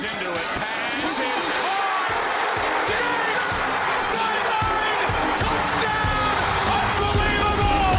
into it. Pass is caught. Diggs! Sideline! Touchdown! Unbelievable!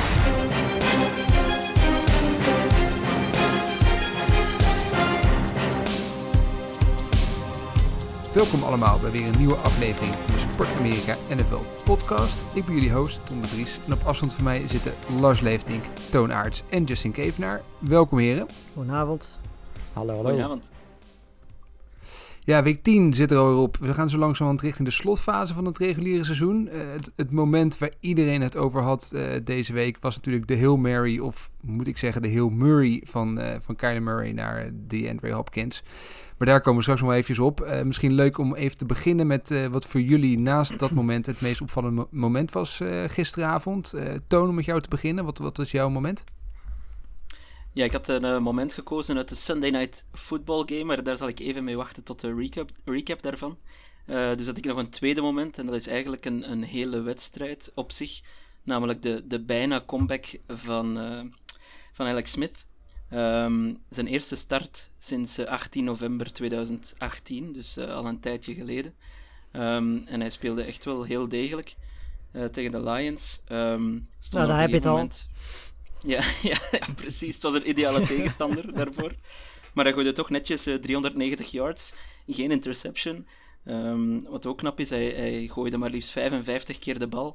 Welkom allemaal bij weer een nieuwe aflevering van de Sport Amerika NFL podcast. Ik ben jullie host, Tom de Vries. En op afstand van mij zitten Lars Leeftink, Toon Aerts en Justin Kevenaar. Welkom heren. Goedenavond. Hallo. Goedenavond. Ja, week 10 zit er alweer op. We gaan zo langzamerhand richting de slotfase van het reguliere seizoen. Het moment waar iedereen het over had deze week was natuurlijk de Hail Mary, of moet ik zeggen de Hail Murray van Kyler Murray naar DeAndre Hopkins. Maar daar komen we straks nog wel eventjes op. Misschien leuk om even te beginnen met wat voor jullie naast dat moment het meest opvallende moment was gisteravond. Toon, om met jou te beginnen. Wat was jouw moment? Ja, ik had een moment gekozen uit de Sunday Night Football game, maar daar zal ik even mee wachten tot de recap daarvan. Dus had ik nog een tweede moment, en dat is eigenlijk een hele wedstrijd op zich. Namelijk de bijna comeback van Alex Smith. Zijn eerste start sinds 18 november 2018, dus al een tijdje geleden. En hij speelde echt wel heel degelijk tegen de Lions. Nou, daar heb je het al. Ja, precies. Het was een ideale tegenstander daarvoor. Maar hij gooide toch netjes 390 yards. Geen interception. Wat ook knap is, hij gooide maar liefst 55 keer de bal.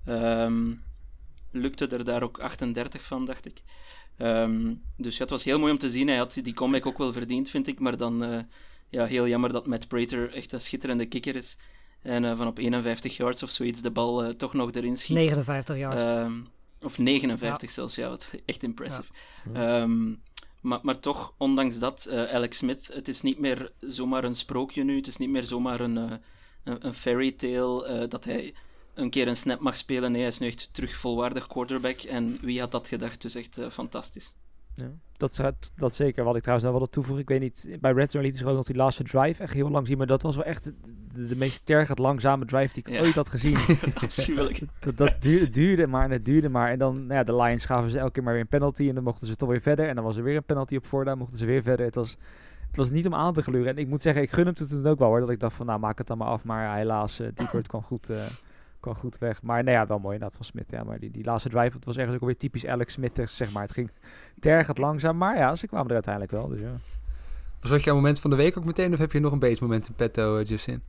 Lukte er daar ook 38 van, dacht ik. Dus ja, het was heel mooi om te zien. Hij had die comeback ook wel verdiend, vind ik. Maar dan heel jammer dat Matt Prater echt een schitterende kicker is. En van op 51 yards of zoiets de bal toch nog erin schiet. 59 yards. Of 59 zelfs, ja, wat echt impressive. Ja. Maar toch, ondanks dat, Alex Smith, het is niet meer zomaar een sprookje nu. Het is niet meer zomaar een fairy tale dat hij een keer een snap mag spelen. Nee, hij is nu echt terug volwaardig quarterback. En wie had dat gedacht? Dus echt fantastisch. Ja, dat zeker. Wat ik trouwens nog wel toevoegen. Ik weet niet, bij Red Zone liet ze gewoon nog die laatste drive echt heel lang zien. Maar dat was wel echt de meest tergend langzame drive die ik ooit had gezien. Afschuwelijk. dat duurde maar. En dan, de Lions gaven ze elke keer maar weer een penalty. En dan mochten ze toch weer verder. En dan was er weer een penalty op voornaam. Mochten ze weer verder. Het was niet om aan te gluren. En ik moet zeggen, ik gun hem toen ook wel hoor. Dat ik dacht van, maak het dan maar af. Maar helaas, Detroit kwam goed weg. Maar wel mooi inderdaad van Smith. Ja, maar die laatste drive, het was ergens ook alweer typisch Alex Smith, zeg maar. Het ging tergend langzaam, maar ja, ze kwamen er uiteindelijk wel. Dus ja. Was dat jouw moment van de week ook meteen, of heb je nog een beter moment in petto, Justin?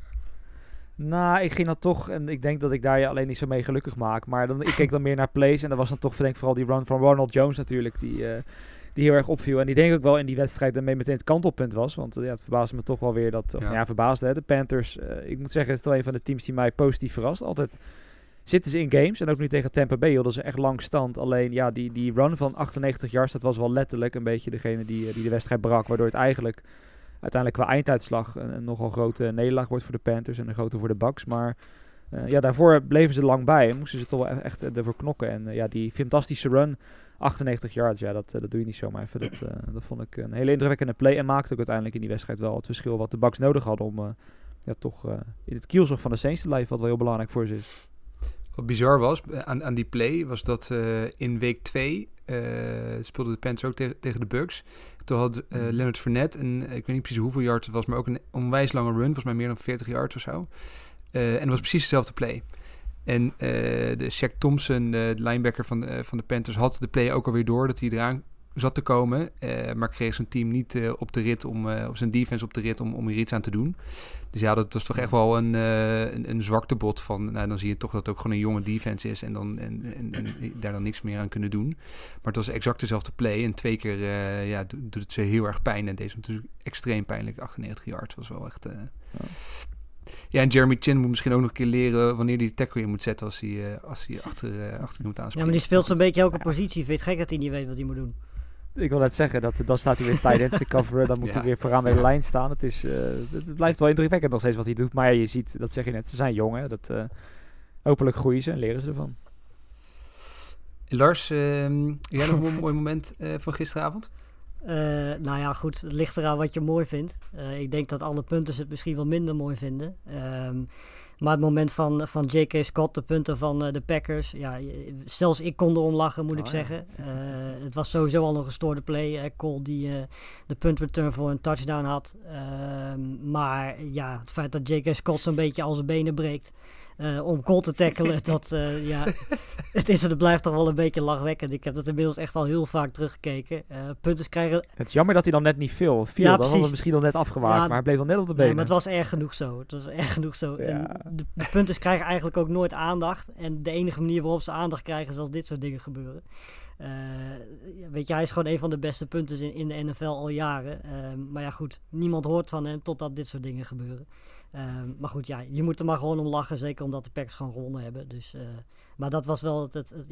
Nou, ik ging dan toch, en ik denk dat ik daar je alleen niet zo mee gelukkig maak, maar ik keek dan meer naar plays en dat was dan toch, denk ik, vooral die run van Ronald Jones natuurlijk, die heel erg opviel. En die denk ik wel in die wedstrijd daarmee meteen het kantelpunt was. Want het verbaasde me toch wel weer dat... verbaasde. De Panthers, ik moet zeggen, het is wel een van de teams die mij positief verrast. Altijd zitten ze in games. En ook nu tegen Tampa Bay hadden ze echt lang stand. Alleen, die run van 98 yards, dat was wel letterlijk een beetje degene die de wedstrijd brak. Waardoor het eigenlijk uiteindelijk qua einduitslag een nogal grote nederlaag wordt voor de Panthers. En een grote voor de Bucks. Maar daarvoor bleven ze lang bij. En moesten ze toch wel echt ervoor knokken. En die fantastische run... 98 yards, dat doe je niet zomaar even. Dat vond ik een hele indrukwekkende play. En maakte ook uiteindelijk in die wedstrijd wel het verschil wat de Bucks nodig hadden om toch in het kielzog van de Saints te blijven, wat wel heel belangrijk voor ze is. Wat bizar was aan die play, was dat in week 2 speelden de Panthers ook tegen de Bucks. Toen had Leonard Fournette, en ik weet niet precies hoeveel yards het was, maar ook een onwijs lange run, volgens mij meer dan 40 yards of zo. En het was precies dezelfde play. En de Shaq Thompson, de linebacker van de Panthers, had de play ook alweer door dat hij eraan zat te komen. Maar kreeg zijn team niet op de rit of zijn defense op de rit om er iets aan te doen. Dus ja, dat was toch echt wel een zwaktebod van. Nou, dan zie je toch dat het ook gewoon een jonge defense is en daar dan niks meer aan kunnen doen. Maar het was exact dezelfde play. En 2 keer doet het ze heel erg pijn. En deze was natuurlijk extreem pijnlijk. 98 yards was wel echt... Ja, en Jeremy Chin moet misschien ook nog een keer leren wanneer hij de tackle in moet zetten als hij achter moet aanspelen. Ja, maar die speelt zo'n beetje elke positie. Vind je het gek dat hij niet weet wat hij moet doen? Ik wil net zeggen, dan staat hij weer tight ends te coveren. Dan moet hij weer vooraan bij de lijn staan. Het blijft wel indrukwekkend nog steeds wat hij doet. Maar je ziet, dat zeg je net, ze zijn jong. Hè? Hopelijk groeien ze en leren ze ervan. Lars, jij nog een mooi moment van gisteravond? Goed, het ligt eraan wat je mooi vindt. Ik denk dat alle punters het misschien wel minder mooi vinden. Maar het moment van J.K. Scott, de punten van de Packers... Ja, zelfs ik kon erom lachen, moet ik zeggen. Het was sowieso al een gestoorde play. Cole die de punt return voor een touchdown had. Maar ja, het feit dat J.K. Scott zo'n beetje al zijn benen breekt... om Cole te tackelen, het blijft toch wel een beetje lachwekkend. Ik heb dat inmiddels echt al heel vaak teruggekeken. Punten krijgen... Het is jammer dat hij dan net niet viel. Dat hadden we misschien al net afgewaakt, maar hij bleef dan net op de benen. Nee, maar het was erg genoeg zo. Ja. En de punten krijgen eigenlijk ook nooit aandacht. En de enige manier waarop ze aandacht krijgen is als dit soort dingen gebeuren. Weet je, hij is gewoon een van de beste punters in de NFL al jaren. Maar ja goed, niemand hoort van hem totdat dit soort dingen gebeuren. Maar goed, ja, je moet er maar gewoon om lachen. Zeker omdat de Packers gewoon gewonnen hebben. Dus, maar dat was wel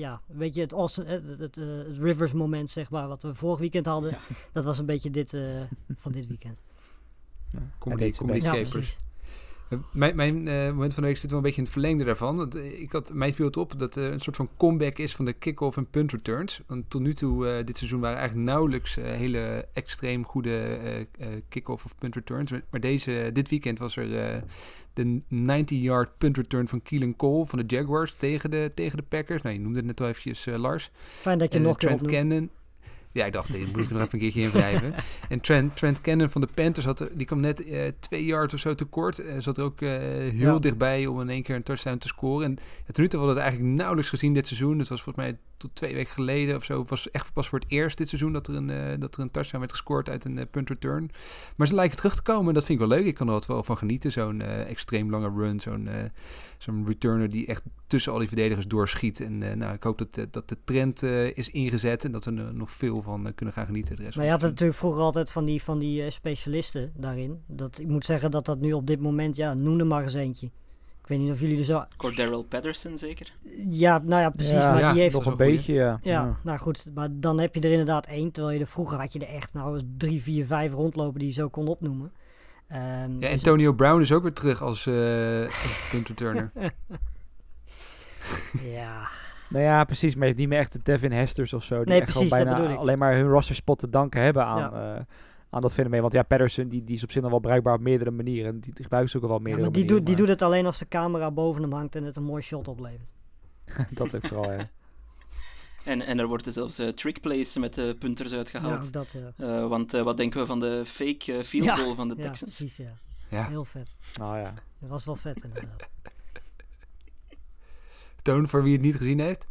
het Rivers moment, zeg maar, wat we vorig weekend hadden. Ja. Dat was een beetje dit van dit weekend. Ja, Comedy-scapers. Mijn moment van de week zit wel een beetje in het verlengde daarvan. Want mij viel het op dat het een soort van comeback is van de kick-off en punt returns. Want tot nu toe, dit seizoen, waren eigenlijk nauwelijks hele extreem goede kick-off of punt returns. Maar dit weekend was er de 90-yard punt return van Keelan Cole van de Jaguars tegen de Packers. Nou, je noemde het net wel eventjes, Lars. Fijn dat je nog Trent Cannon. Ja, ik dacht, moet ik er nog even een keertje in wrijven. En Trent Cannon van de Panthers die kwam net 2 yards of zo tekort. Zat er ook heel dichtbij om in één keer een touchdown te scoren. En tot nu toe hadden we het eigenlijk nauwelijks gezien dit seizoen. Het was volgens mij tot 2 weken geleden of zo. Het was echt pas voor het eerst dit seizoen dat er een touchdown werd gescoord uit een punt return. Maar ze lijken terug te komen en dat vind ik wel leuk. Ik kan er altijd wel van genieten. Zo'n extreem lange run. Zo'n returner die echt tussen al die verdedigers doorschiet. En ik hoop dat de trend is ingezet en dat we er nog veel van kunnen gaan genieten. Maar je had het natuurlijk vroeger altijd van die specialisten daarin. Ik moet zeggen dat nu op dit moment, noem er maar eens eentje. Ik weet niet of jullie er zo... Cordarrelle Patterson zeker? Ja, nou ja, precies. Ja, maar die heeft nog een beetje, ja, nou goed. Maar dan heb je er inderdaad 1. Terwijl vroeger had je er echt 3, 4, 5 rondlopen die je zo kon opnoemen. Dus Antonio Brown is ook weer terug als punt returner. Ja... Nou ja, precies. Maar je hebt niet meer echt de Devin Hesters of zo. Die nee, echt precies, gewoon bijna alleen maar hun roster spot te danken hebben aan dat fenomeen. Want ja, Patterson die is op zich nog wel bruikbaar op meerdere manieren. En die gebruikt ze ook wel meerdere manieren. Die doet het alleen als de camera boven hem hangt en het een mooi shot oplevert. Dat ook vooral, ja. En er worden zelfs trickplays met de punters uitgehaald. Ja, dat, ja. Want wat denken we van de fake field goal van de Texans? Ja, precies, ja. Heel vet. Oh ja. Dat was wel vet, inderdaad. Toon, voor wie het niet gezien heeft?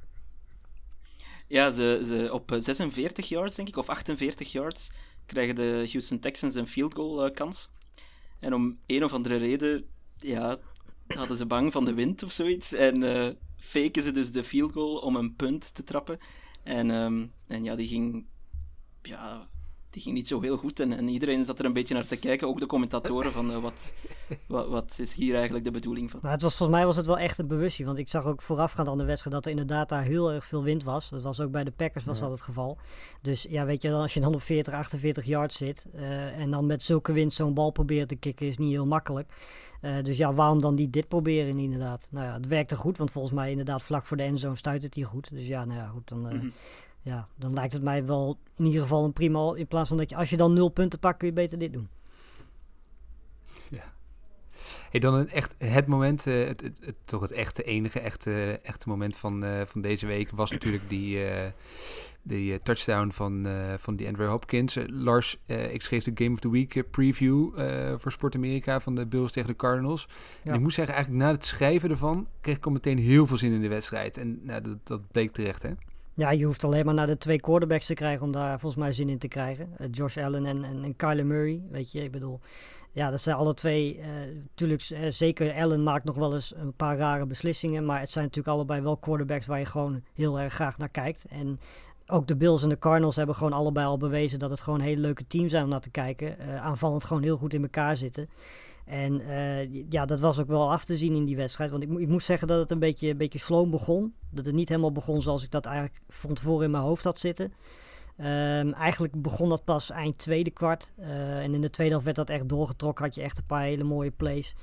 Ja, ze op 46 yards, denk ik, of 48 yards, krijgen de Houston Texans een field goal kans. En om een of andere reden, hadden ze bang van de wind of zoiets. En faken ze dus de field goal om een punt te trappen. En die ging... Die ging niet zo heel goed en iedereen zat er een beetje naar te kijken, ook de commentatoren, van wat is hier eigenlijk de bedoeling van. Maar volgens mij was het wel echt een bewustzijn, want ik zag ook voorafgaand aan de wedstrijd dat er inderdaad daar heel erg veel wind was. Dat was ook bij de Packers dat het geval. Dus ja, weet je, als je dan op 40, 48 yards zit en dan met zulke wind zo'n bal proberen te kicken, is niet heel makkelijk. Dus ja, waarom dan niet dit proberen inderdaad? Nou ja, het werkte goed, want volgens mij inderdaad vlak voor de endzone stuit het hier goed. Dus ja, nou ja, goed, dan... Ja, dan lijkt het mij wel in ieder geval een prima... In plaats van dat je, als je dan 0 punten pakt, kun je beter dit doen. Ja. Hey, dan het moment, toch het enige echte moment van deze week was natuurlijk die touchdown van die Andrew Hopkins. Lars, ik schreef de Game of the Week preview voor Sport Amerika van de Bills tegen de Cardinals. Ja. En ik moet zeggen, eigenlijk na het schrijven ervan kreeg ik al meteen heel veel zin in de wedstrijd. En dat bleek terecht, hè? Ja, je hoeft alleen maar naar de 2 quarterbacks te krijgen om daar volgens mij zin in te krijgen. Josh Allen en Kyler Murray, weet je. Ik bedoel, ja, dat zijn alle twee... Natuurlijk, zeker Allen maakt nog wel eens een paar rare beslissingen. Maar het zijn natuurlijk allebei wel quarterbacks waar je gewoon heel erg graag naar kijkt. En ook de Bills en de Cardinals hebben gewoon allebei al bewezen dat het gewoon hele leuke teams zijn om naar te kijken. Aanvallend gewoon heel goed in elkaar zitten. En dat was ook wel af te zien in die wedstrijd. Want ik moet zeggen dat het een beetje sloom begon. Dat het niet helemaal begon zoals ik dat eigenlijk van tevoren in mijn hoofd had zitten. Eigenlijk begon dat pas eind tweede kwart. En in de tweede helft werd dat echt doorgetrokken. Had je echt een paar hele mooie plays.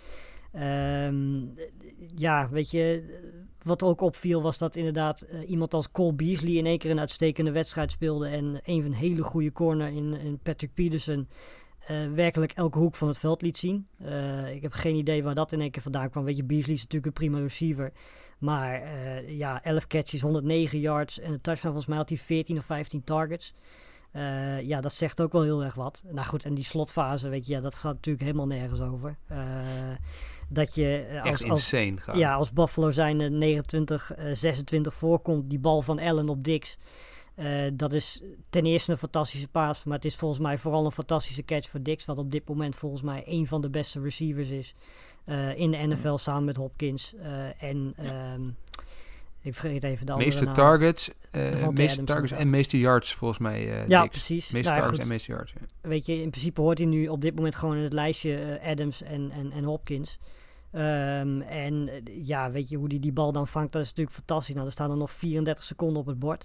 Weet je, wat ook opviel was dat inderdaad iemand als Cole Beasley in één keer een uitstekende wedstrijd speelde. En een hele goede corner in Patrick Peterson werkelijk elke hoek van het veld liet zien. Ik heb geen idee waar dat in één keer vandaan kwam. Weet je, Beasley is natuurlijk een prima receiver. Maar 11 catches, 109 yards en een touchdown. Volgens mij had hij 14 of 15 targets. Dat zegt ook wel heel erg wat. Nou goed, en die slotfase, weet je, dat gaat natuurlijk helemaal nergens over. Dat je Echt insane gaan. Ja, als Buffalo zijn 29-26 voorkomt, die bal van Allen op Diggs. Dat is ten eerste een fantastische paas, maar het is volgens mij vooral een fantastische catch voor Diggs, wat op dit moment volgens mij een van de beste receivers is in de NFL samen met Hopkins. Ik vergeet even de andere meeste naam. Targets Adams en meeste yards volgens mij. Ja, Diggs. precies. Meeste Nou, targets goed. en meeste yards. Ja. Weet je, in principe hoort hij nu op dit moment gewoon in het lijstje Adams en Hopkins. Weet je, hoe hij die bal dan vangt, dat is natuurlijk fantastisch. Nou, er staan er nog 34 seconden op het bord.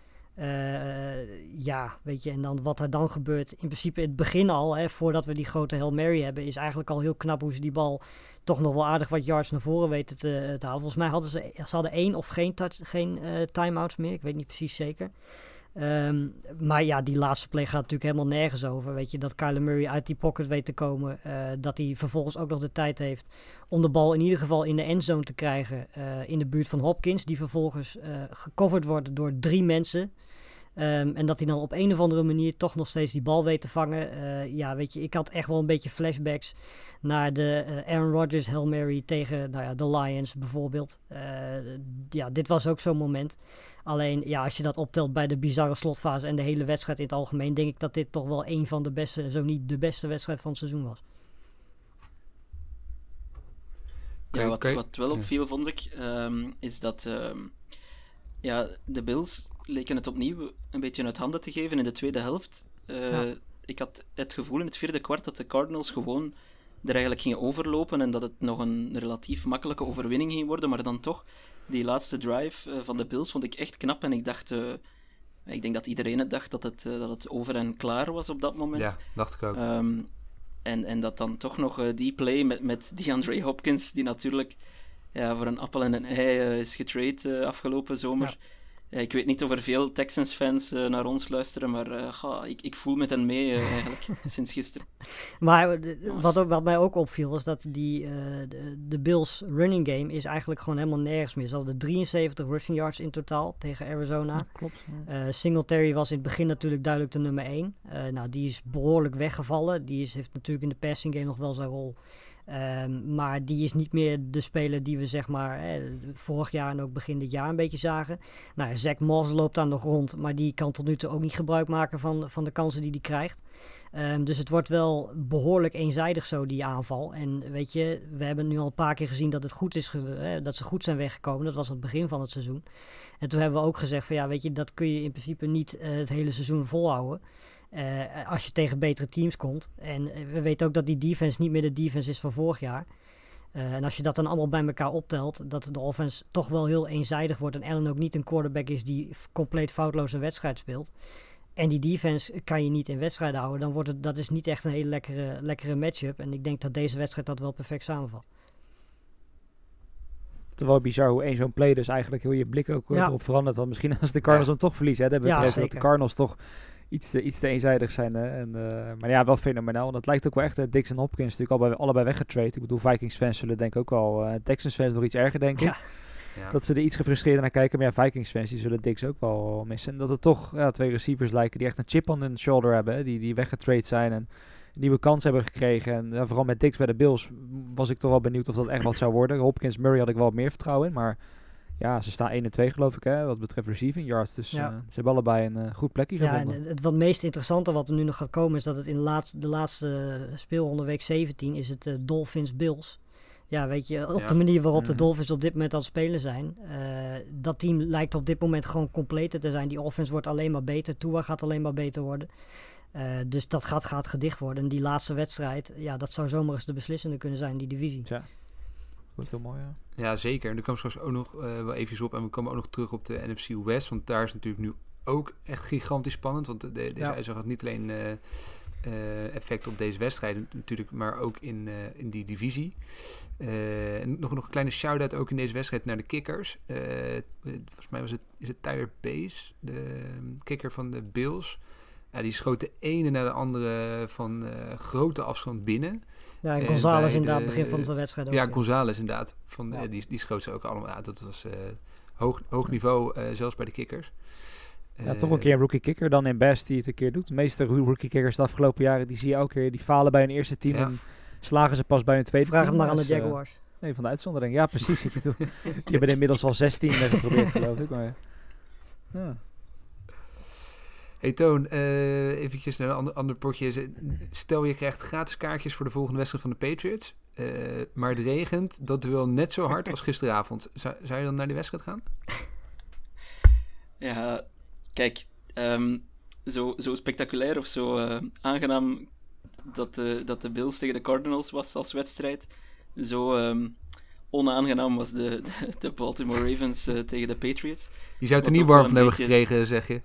Weet je, en dan wat er dan gebeurt. In principe het begin al, voordat we die grote Hail Mary hebben, is eigenlijk al heel knap hoe ze die bal toch nog wel aardig wat yards naar voren weten te halen. Volgens mij hadden 1 of geen time-outs meer. Ik weet niet precies zeker. Maar ja, die laatste play gaat natuurlijk helemaal nergens over. Weet je, dat Kyler Murray uit die pocket weet te komen. Dat hij vervolgens ook nog de tijd heeft om de bal in ieder geval in de endzone te krijgen. In de buurt van Hopkins. Die vervolgens gecoverd wordt door 3 mensen. En dat hij dan op een of andere manier toch nog steeds die bal weet te vangen. Weet je, ik had echt wel een beetje flashbacks naar de Aaron Rodgers Hail Mary tegen de Lions bijvoorbeeld. Dit was ook zo'n moment. Alleen, als je dat optelt bij de bizarre slotfase en de hele wedstrijd in het algemeen, denk ik dat dit toch wel een van de beste, zo niet de beste wedstrijd van het seizoen was. Ja, wat wel opviel, vond ik, is dat de Bills leken het opnieuw een beetje uit handen te geven in de tweede helft. Ik had het gevoel in het vierde kwart dat de Cardinals gewoon er eigenlijk gingen overlopen en dat het nog een relatief makkelijke overwinning ging worden, maar dan toch, die laatste drive van de Bills vond ik echt knap en ik dacht, ik denk dat iedereen het dacht dat het over en klaar was op dat moment. Ja, dacht ik ook. En dat dan toch nog die play met DeAndre Hopkins, die natuurlijk voor een appel en een ei is getrade afgelopen zomer. Ja. Ik weet niet of er veel Texans-fans naar ons luisteren, maar ik voel met hen mee eigenlijk, sinds gisteren. Maar wat mij ook opviel, was dat de Bills running game is eigenlijk gewoon helemaal nergens meer. Ze hadden 73 rushing yards in totaal tegen Arizona. Ja, klopt. Ja. Singletary was in het begin natuurlijk duidelijk de nummer 1. Die is behoorlijk weggevallen. Heeft natuurlijk in de passing game nog wel zijn rol. Maar die is niet meer de speler die we zeg maar vorig jaar en ook begin dit jaar een beetje zagen. Zach Moss loopt aan de grond, maar die kan tot nu toe ook niet gebruik maken van de kansen die hij krijgt. Dus het wordt wel behoorlijk eenzijdig zo, die aanval. En weet je, we hebben nu al een paar keer gezien dat het goed is, dat ze goed zijn weggekomen. Dat was het begin van het seizoen. En toen hebben we ook gezegd van weet je, dat kun je in principe niet het hele seizoen volhouden. Als je tegen betere teams komt. En we weten ook dat die defense niet meer de defense is van vorig jaar. En als je dat dan allemaal bij elkaar optelt, dat de offense toch wel heel eenzijdig wordt en Allen ook niet een quarterback is die compleet foutloos een wedstrijd speelt. En die defense kan je niet in wedstrijden houden, dan wordt dat is niet echt een hele lekkere matchup. En ik denk dat deze wedstrijd dat wel perfect samenvat. Het is wel bizar hoe zo'n play dus eigenlijk heel je blik ook erop verandert. Want misschien als de Cardinals hem toch verliezen, dat betreft dat de Cardinals toch iets te eenzijdig zijn. Maar ja, wel fenomenaal. En dat lijkt ook wel echt. Diggs en Hopkins natuurlijk allebei weggetrade. Ik bedoel, Vikings-fans zullen denk ik ook wel. Texans-fans nog iets erger, denk ik. Ja. Dat ze er iets gefrustreerder naar kijken. Maar ja, Vikings-fans die zullen Diggs ook wel missen. En dat er toch 2 receivers lijken die echt een chip on hun shoulder hebben. Hè, die weggetrade zijn en een nieuwe kans hebben gekregen. En vooral met Diggs bij de Bills was ik toch wel benieuwd of dat echt wat zou worden. Hopkins, Murray had ik wel meer vertrouwen in. Maar ja, ze staan 1-2 geloof ik, wat betreft receiving yards. Dus ze hebben allebei een goed plekje gevonden. Ja, en het meest interessante wat er nu nog gaat komen is dat het in de laatste speelronde week 17 is het Dolphins-Bills. Ja, weet je, op de manier waarop de Dolphins op dit moment aan het spelen zijn. Dat team lijkt op dit moment gewoon completer te zijn. Die offense wordt alleen maar beter. Tua gaat alleen maar beter worden. Dus dat gaat gedicht worden. En die laatste wedstrijd, dat zou zomaar eens de beslissende kunnen zijn, die divisie. Ja. Goed, heel mooi, Ja, zeker. En daar komen we straks ook nog wel even op. En we komen ook nog terug op de NFC West. Want daar is natuurlijk nu ook echt gigantisch spannend. Want deze uitslag had niet alleen effect op deze wedstrijd natuurlijk, maar ook in die divisie. En nog een kleine shout-out ook in deze wedstrijd naar de kickers. Volgens mij is het Tyler Bass, de kicker van de Bills. Ja, die schoot de ene naar de andere van grote afstand binnen. Ja, en González bij inderdaad, begin van de wedstrijd ook. Ja, González inderdaad. Ja. Die schoot ze ook allemaal. Ja, dat was hoog niveau, zelfs bij de kickers. Ja, toch een keer een rookie kicker dan in best die het een keer doet. De meeste rookie kickers de afgelopen jaren, die zie je elke keer. Die falen bij hun eerste team en slagen ze pas bij hun tweede Vraag team. het maar aan de Dus, Jaguars. Nee, van de uitzondering. Ja, precies. Ik bedoel, die hebben inmiddels al 16 geprobeerd, geloof ik. Maar, ja. Hey Toon, eventjes naar een ander potje. Stel je krijgt gratis kaartjes voor de volgende wedstrijd van de Patriots. Maar het regent dat duel net zo hard als gisteravond. Zou je dan naar die wedstrijd gaan? Ja, kijk, zo spectaculair of zo aangenaam dat de Bills tegen de Cardinals was als wedstrijd. Zo onaangenaam was de Baltimore Ravens tegen de Patriots. Je zou het er niet warm van hebben gekregen, zeg je?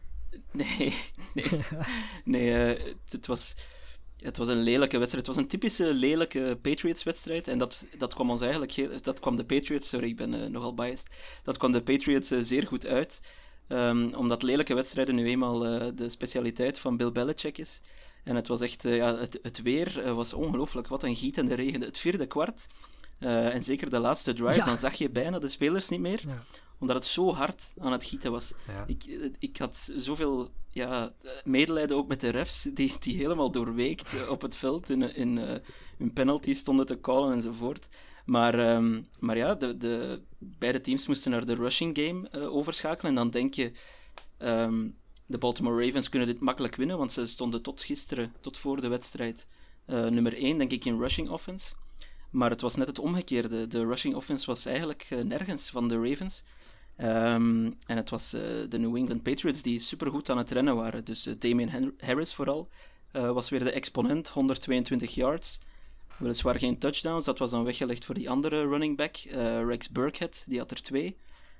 Nee, het was een lelijke wedstrijd. Het was een typische lelijke Patriots-wedstrijd. En dat kwam ons eigenlijk dat kwam de Patriots, sorry, ik ben nogal biased. Dat kwam de Patriots zeer goed uit. Omdat lelijke wedstrijden nu eenmaal de specialiteit van Bill Belichick is. En het was echt, het weer was ongelooflijk. Wat een gietende regen. Het vierde kwart, en zeker de laatste drive, dan zag je bijna de spelers niet meer. Ja. Omdat het zo hard aan het gieten was. Ja. Ik had zoveel medelijden ook met de refs, die helemaal doorweekt op het veld in hun penalties stonden te callen enzovoort. Maar ja, de beide teams moesten naar de rushing game overschakelen. En dan denk je, de Baltimore Ravens kunnen dit makkelijk winnen, want ze stonden tot gisteren, tot voor de wedstrijd, nummer 1, denk ik, in rushing offense. Maar het was net het omgekeerde. De rushing offense was eigenlijk nergens van de Ravens. En het was de New England Patriots die supergoed aan het rennen waren. Dus Damian Harris vooral was weer de exponent, 122 yards. Weliswaar geen touchdowns, dat was dan weggelegd voor die andere running back, Rex Burkhead, die had er 2.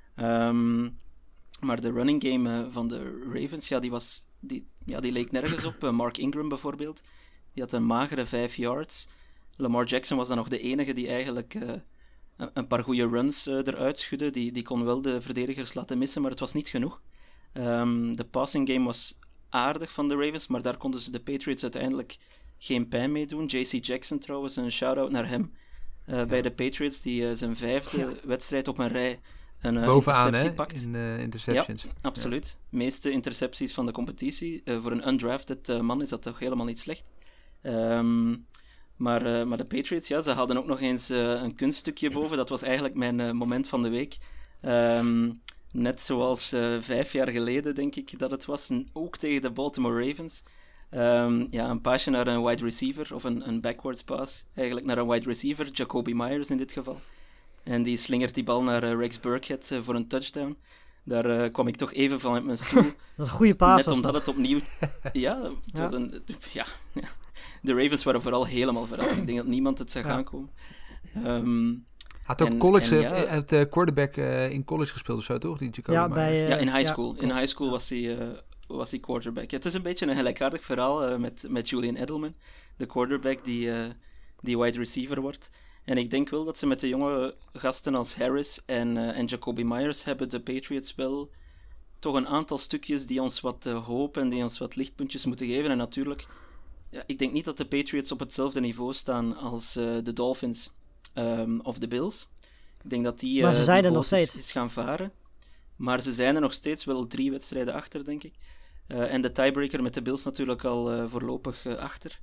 Maar de running game van de Ravens, die leek nergens op. Mark Ingram bijvoorbeeld, die had een magere 5 yards. Lamar Jackson was dan nog de enige die eigenlijk een paar goede runs eruit schudde. Die kon wel de verdedigers laten missen, maar het was niet genoeg. De passing game was aardig van de Ravens, maar daar konden ze de Patriots uiteindelijk geen pijn mee doen. J.C. Jackson trouwens, een shout-out naar hem. Bij de Patriots, die zijn 5e wedstrijd op een rij een interceptie pakt. In interceptions. Ja, absoluut. De meeste intercepties van de competitie. Voor een undrafted man is dat toch helemaal niet slecht. Maar de Patriots, ze hadden ook nog eens een kunststukje boven. Dat was eigenlijk mijn moment van de week. Net zoals 5 jaar geleden, denk ik dat het was. Ook tegen de Baltimore Ravens. Een paasje naar een wide receiver, of een backwards pass. Eigenlijk naar een wide receiver, Jacoby Myers in dit geval. En die slingert die bal naar Rex Burkhead voor een touchdown. Daar kwam ik toch even van uit mijn stoel. Dat is een goede paas. Net omdat het opnieuw... Het was een... Ja. De Ravens waren vooral helemaal verrast. Ik denk dat niemand het zag aankomen. Had ook college, quarterback in college gespeeld of zo, toch? Die Jacoby Myers. In high school. In high school was hij quarterback. Het is een beetje een gelijkaardig verhaal met Julian Edelman. De quarterback die wide receiver wordt. En ik denk wel dat ze met de jonge gasten als Harris en Jacoby Myers hebben de Patriots wel toch een aantal stukjes die ons wat hoop en die ons wat lichtpuntjes moeten geven. En natuurlijk, ik denk niet dat de Patriots op hetzelfde niveau staan als de Dolphins of de Bills. Ik denk dat die nog steeds is gaan varen. Maar ze zijn er nog steeds wel 3 wedstrijden achter, denk ik. En de tiebreaker met de Bills natuurlijk al voorlopig achter.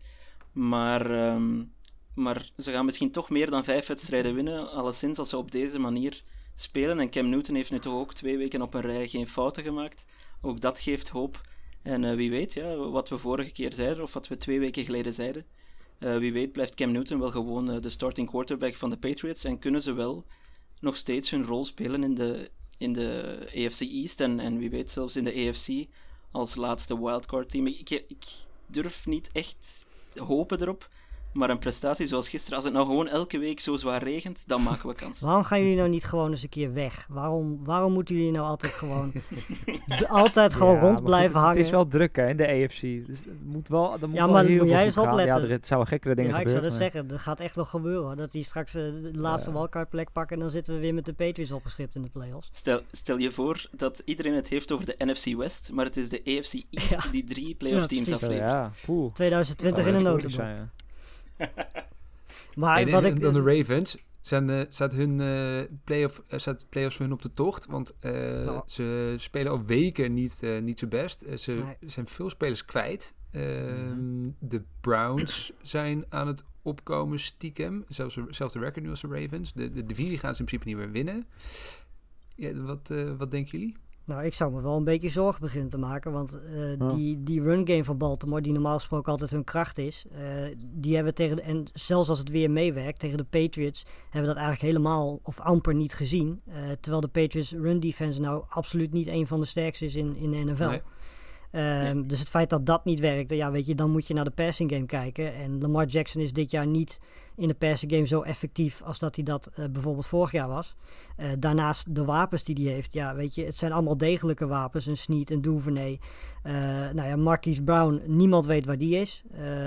Maar ze gaan misschien toch meer dan 5 wedstrijden winnen, alleszins als ze op deze manier spelen. En Cam Newton heeft nu toch ook 2 weken op een rij geen fouten gemaakt. Ook dat geeft hoop. En wie weet, wat we vorige keer zeiden, of wat we 2 weken geleden zeiden. Wie weet blijft Cam Newton wel gewoon de starting quarterback van de Patriots. En kunnen ze wel nog steeds hun rol spelen in de AFC East. En wie weet zelfs in de AFC als laatste wildcard team. Ik durf niet echt hopen erop. Maar een prestatie zoals gisteren, als het nou gewoon elke week zo zwaar regent, dan maken we kans. Waarom gaan jullie nou niet gewoon eens een keer weg? Waarom moeten jullie nou altijd gewoon altijd gewoon rond maar blijven goed, hangen? Het is wel druk hè, in de AFC. Dus het moet wel, er moet Ja, wel maar heel moet veel jij goed eens gaan. opletten. Ja, er zouden gekkere dingen Ja, ik gebeuren. zou dat zeggen. Dat gaat echt nog gebeuren hoor. Dat die straks de laatste wildcardplek pakken en dan zitten we weer met de Patriots opgeschript in de playoffs. Stel je voor dat iedereen het heeft over de NFC West, maar het is de AFC East die 3 playoff teams precies. aflevert. Ja, poeh. 2020 in Zou een heel notendop. zijn, ja. Maar En wat ik... dan de Ravens. Staat hun playoffs voor hun op de tocht? Want ze spelen al weken niet zo best. Ze zijn veel spelers kwijt. De Browns zijn aan het opkomen stiekem. Zelfs de record nu als de Ravens. De divisie gaan ze in principe niet meer winnen. Ja, wat denken jullie? Nou, ik zou me wel een beetje zorgen beginnen te maken. Want die run game van Baltimore, die normaal gesproken altijd hun kracht is. Die hebben en zelfs als het weer meewerkt tegen de Patriots, hebben we dat eigenlijk helemaal of amper niet gezien. Terwijl de Patriots run defense nou absoluut niet een van de sterkste is in de NFL. Nee. Dus het feit dat dat niet werkt, ja, weet je, dan moet je naar de passing game kijken. En Lamar Jackson is dit jaar niet in de passing game zo effectief als dat hij dat bijvoorbeeld vorig jaar was. Daarnaast de wapens die hij heeft, ja, weet je, het zijn allemaal degelijke wapens. Een Snead, een Duvernay, Marquise Brown, niemand weet waar die is.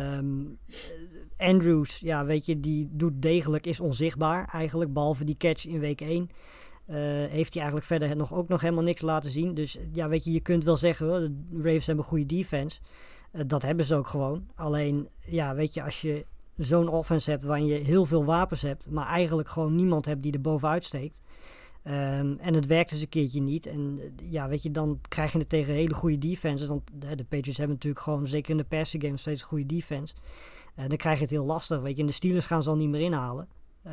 Andrews, ja, weet je, die doet degelijk, is onzichtbaar eigenlijk, behalve die catch in week 1. Heeft hij eigenlijk verder ook nog helemaal niks laten zien. Dus ja, weet je kunt wel zeggen, hoor, de Ravens hebben goede defense. Dat hebben ze ook gewoon. Alleen, ja, weet je, als je zo'n offense hebt waarin je heel veel wapens hebt, maar eigenlijk gewoon niemand hebt die er bovenuit steekt. En het werkt eens een keertje niet. En ja, weet je, dan krijg je het tegen hele goede defenses. Want de Patriots hebben natuurlijk gewoon, zeker in de passing game, steeds een goede defense. Dan krijg je het heel lastig, weet je. En de Steelers gaan ze al niet meer inhalen.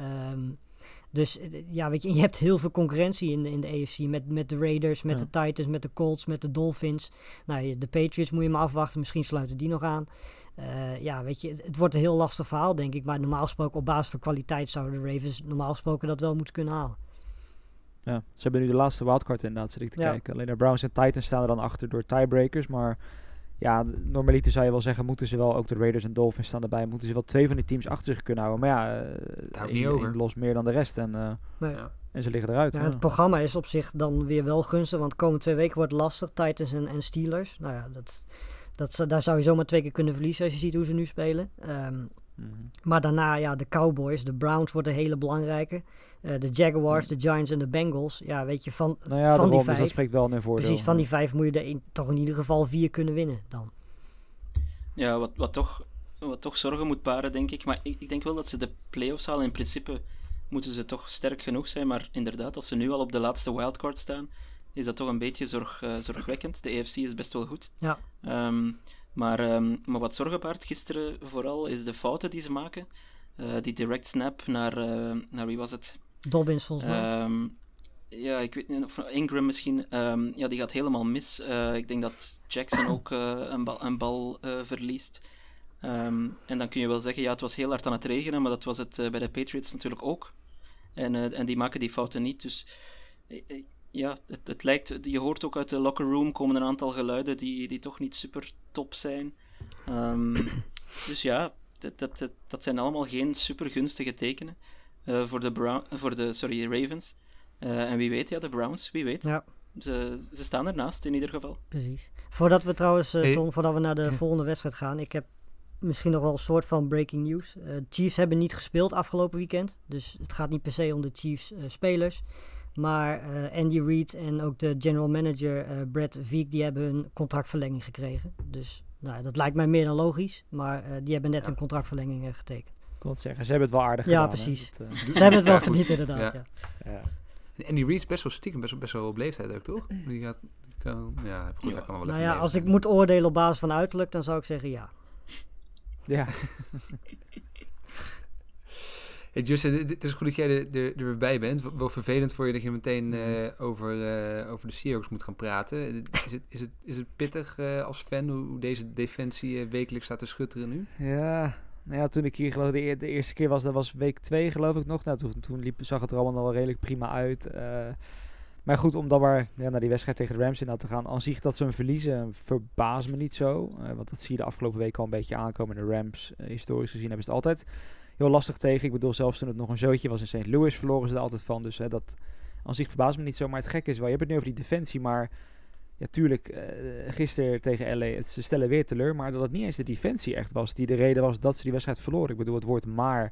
Dus ja, weet je hebt heel veel concurrentie in de AFC met de Raiders, met de Titans, met de Colts, met de Dolphins. Nou, de Patriots moet je maar afwachten, misschien sluiten die nog aan. Ja, weet je, het wordt een heel lastig verhaal, denk ik. Maar normaal gesproken, op basis van kwaliteit zouden de Ravens normaal gesproken dat wel moeten kunnen halen. Ja, ze hebben nu de laatste wildcard inderdaad, zit ik te kijken. Alleen de Browns en Titans staan er dan achter door tiebreakers, maar ja, normaliter zou je wel zeggen, moeten ze wel, ook de Raiders en Dolphins staan erbij, moeten ze wel 2 van die teams achter zich kunnen houden. Maar ja, één los meer dan de rest en ze liggen eruit. Ja, het programma is op zich dan weer wel gunstig, want de komende 2 weken wordt het lastig. Titans en Steelers. Nou ja, daar zou je zomaar 2 keer kunnen verliezen als je ziet hoe ze nu spelen. Maar daarna, ja, de Cowboys, de Browns wordt een hele belangrijke. De Jaguars, de Giants en de Bengals. Ja, weet je, van die 5. Dus dat spreekt wel naar voordeel. Precies, van die 5 moet je er toch in ieder geval 4 kunnen winnen dan. Ja, wat toch zorgen moet baren, denk ik. Maar ik denk wel dat ze de playoffs halen. In principe moeten ze toch sterk genoeg zijn. Maar inderdaad, als ze nu al op de laatste wildcard staan, is dat toch een beetje zorgwekkend. De AFC is best wel goed. Ja. Maar wat zorgen baart gisteren vooral is de fouten die ze maken. Die direct snap naar wie was het? Dobbins volgens mij. Ja, ik weet niet of Ingram misschien. Ja, die gaat helemaal mis. Ik denk dat Jackson ook een bal verliest. En dan kun je wel zeggen, ja, het was heel hard aan het regenen, maar dat was het bij de Patriots natuurlijk ook. En die maken die fouten niet. Dus ja, het lijkt, je hoort ook uit de locker room komen een aantal geluiden die toch niet super top zijn. Dus ja, dat zijn allemaal geen super gunstige tekenen voor de Ravens. En wie weet, ja, de Browns, wie weet. Ja. Ze staan ernaast in ieder geval. Precies. Voordat we trouwens, Tom, voordat we naar de volgende wedstrijd gaan, ik heb misschien nog wel een soort van breaking news. Chiefs hebben niet gespeeld afgelopen weekend, dus het gaat niet per se om de Chiefs spelers. Maar Andy Reid en ook de general manager Brett Veek, die hebben een contractverlenging gekregen. Dus nou, dat lijkt mij meer dan logisch, maar die hebben net een contractverlenging getekend. Ik wil het zeggen, ze hebben het wel aardig gedaan. Ja, precies. Ze hebben het wel verdiend inderdaad, ja. En die Reid is best wel stiekem, best wel op leeftijd ook, toch? Die gaat, hij kan wel even nou als ik moet oordelen op basis van uiterlijk, dan zou ik zeggen ja. Ja. Hey Justin, het is goed dat jij er weer bij bent. Wel vervelend voor je dat je meteen over de Seahawks moet gaan praten. Is het pittig als fan hoe deze defensie wekelijks staat te schutteren nu? Ja, nou ja, toen ik hier geloof de eerste keer was, dat was week 2 geloof ik nog. Nou, toen zag het er allemaal wel redelijk prima uit. Maar goed, om dan maar naar die wedstrijd tegen de Rams in te gaan. Aan zich dat ze hem verliezen, verbaast me niet zo. Want dat zie je de afgelopen week al een beetje aankomen. De Rams, historisch gezien, hebben ze het altijd heel lastig tegen. Ik bedoel, zelfs toen het nog een zootje was in St. Louis, verloren ze er altijd van. Dus dat aan zich verbaast me niet zo. Maar het gekke is wel, je hebt het nu over die defensie. Maar ja, tuurlijk, gisteren tegen LA, ze stellen weer teleur. Maar dat het niet eens de defensie echt was die de reden was dat ze die wedstrijd verloren. Ik bedoel, het woord maar...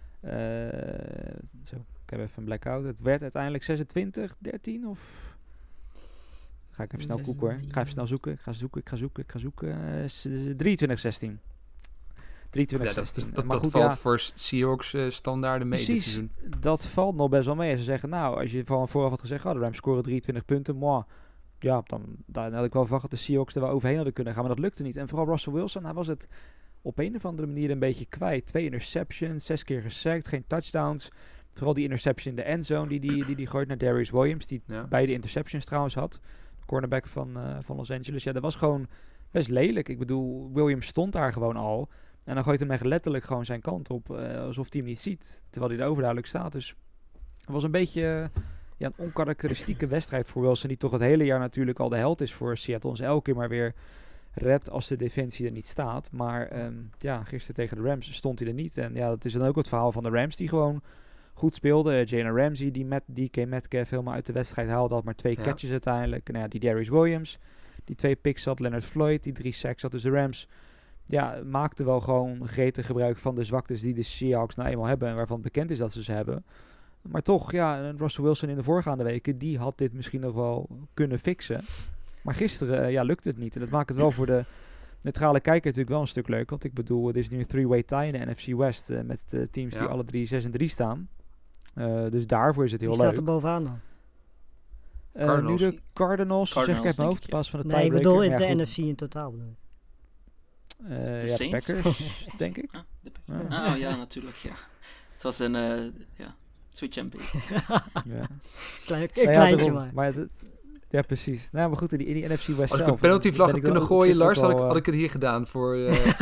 ik heb even een blackout. Het werd uiteindelijk 26-13 of... Ga ik even snel zoeken hoor. Ik ga even snel zoeken. Ik ga zoeken. 23-16. 23-16. Dat valt voor Seahawks standaarden mee dit seizoen. Dat valt nog best wel mee. Ze zeggen, nou, als je van vooraf had gezegd, de Rams scoren 23 punten, ja, dan had ik wel verwacht dat de Seahawks er wel overheen hadden kunnen gaan, maar dat lukte niet. En vooral Russell Wilson, hij was het op een of andere manier een beetje kwijt. 2 interceptions, 6 keer gesackt, geen touchdowns. Vooral die interception in de endzone die gooit naar Darius Williams, die beide interceptions trouwens had. De cornerback van Los Angeles. Ja, dat was gewoon best lelijk. Ik bedoel, Williams stond daar gewoon al. En dan gooit hem echt letterlijk gewoon zijn kant op. Alsof hij hem niet ziet. Terwijl hij er overduidelijk staat. Dus het was een beetje een onkarakteristieke wedstrijd voor Wilson. Die toch het hele jaar natuurlijk al de held is voor Seattle. Ons elke keer maar weer redt als de defensie er niet staat. Maar gisteren tegen de Rams stond hij er niet. En ja, dat is dan ook het verhaal van de Rams die gewoon goed speelden. Jalen Ramsey die met DK Metcalf helemaal uit de wedstrijd haalde. Had maar 2 catches uiteindelijk. En die Darius Williams die 2 picks had. Leonard Floyd die 3 sacks had. Dus de Rams maakten wel gewoon gretig gebruik van de zwaktes die de Seahawks nou eenmaal hebben. En waarvan het bekend is dat ze hebben. Maar toch, Russell Wilson in de voorgaande weken, die had dit misschien nog wel kunnen fixen. Maar gisteren lukte het niet. En dat maakt het wel voor de neutrale kijker natuurlijk wel een stuk leuk. Want ik bedoel, het is nu een 3-way tie in de NFC West. Met de teams die alle 3 6-3 staan. Dus daarvoor is het heel leuk. Wie staat er bovenaan dan? Cardinals. Nu de Cardinals, zeg ik uit mijn hoofd, op basis van de tiebreaker. tiebreaker. Nee, ik bedoel in de NFC in totaal. De Packers, denk ik. Ja, natuurlijk, ja. Het was een switch and Kleintje maar. Ja, precies. Nou, maar goed, in die NFC West Als zelf, ik een penaltyvlag had kunnen gooien, Lars, had ik het hier gedaan voor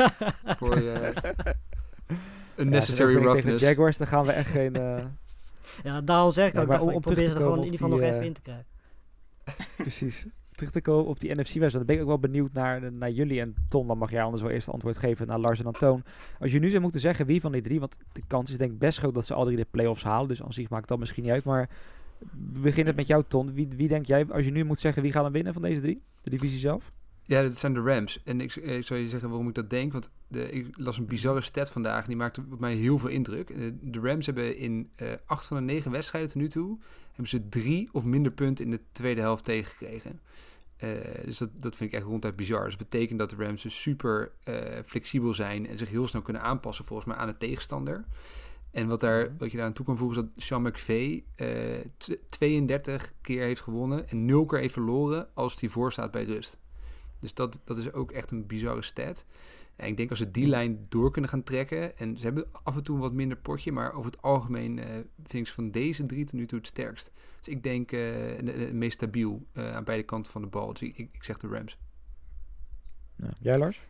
unnecessary roughness. Tegen de Jaguars, dan gaan we echt geen... daarom zeg ik ook, maar ik probeer ze er gewoon in ieder geval nog even in te krijgen. Precies. Terug te komen op die NFC West, dan ben ik ook wel benieuwd naar jullie. En Ton, dan mag jij anders wel eerst antwoord geven naar Lars en Antoon. Als je nu zou moeten zeggen wie van die 3, want de kans is denk ik best groot dat ze al 3 de playoffs halen. Dus aan zich maakt dat misschien niet uit, maar... We beginnen met jou, Ton. Wie denk jij, als je nu moet zeggen, wie gaat dan winnen van deze 3? De divisie zelf? Ja, dat zijn de Rams. En ik zou je zeggen waarom ik dat denk. Want ik las een bizarre stat vandaag. Die maakte op mij heel veel indruk. De Rams hebben in 8 van de 9 wedstrijden tot nu toe... hebben ze 3 of minder punten in de tweede helft tegengekregen. Dus dat vind ik echt ronduit bizar. Dus dat betekent dat de Rams dus super flexibel zijn... en zich heel snel kunnen aanpassen volgens mij aan de tegenstander... En wat je daar aan toe kan voegen is dat Sean McVay 32 keer heeft gewonnen en 0 keer heeft verloren als hij voor staat bij rust. Dus dat is ook echt een bizarre stat. En ik denk als ze die lijn door kunnen gaan trekken, en ze hebben af en toe een wat minder potje, maar over het algemeen vind ik ze van deze 3 tot nu toe het sterkst. Dus ik denk het meest stabiel aan beide kanten van de bal. Dus ik zeg de Rams. Ja. Jij, Lars?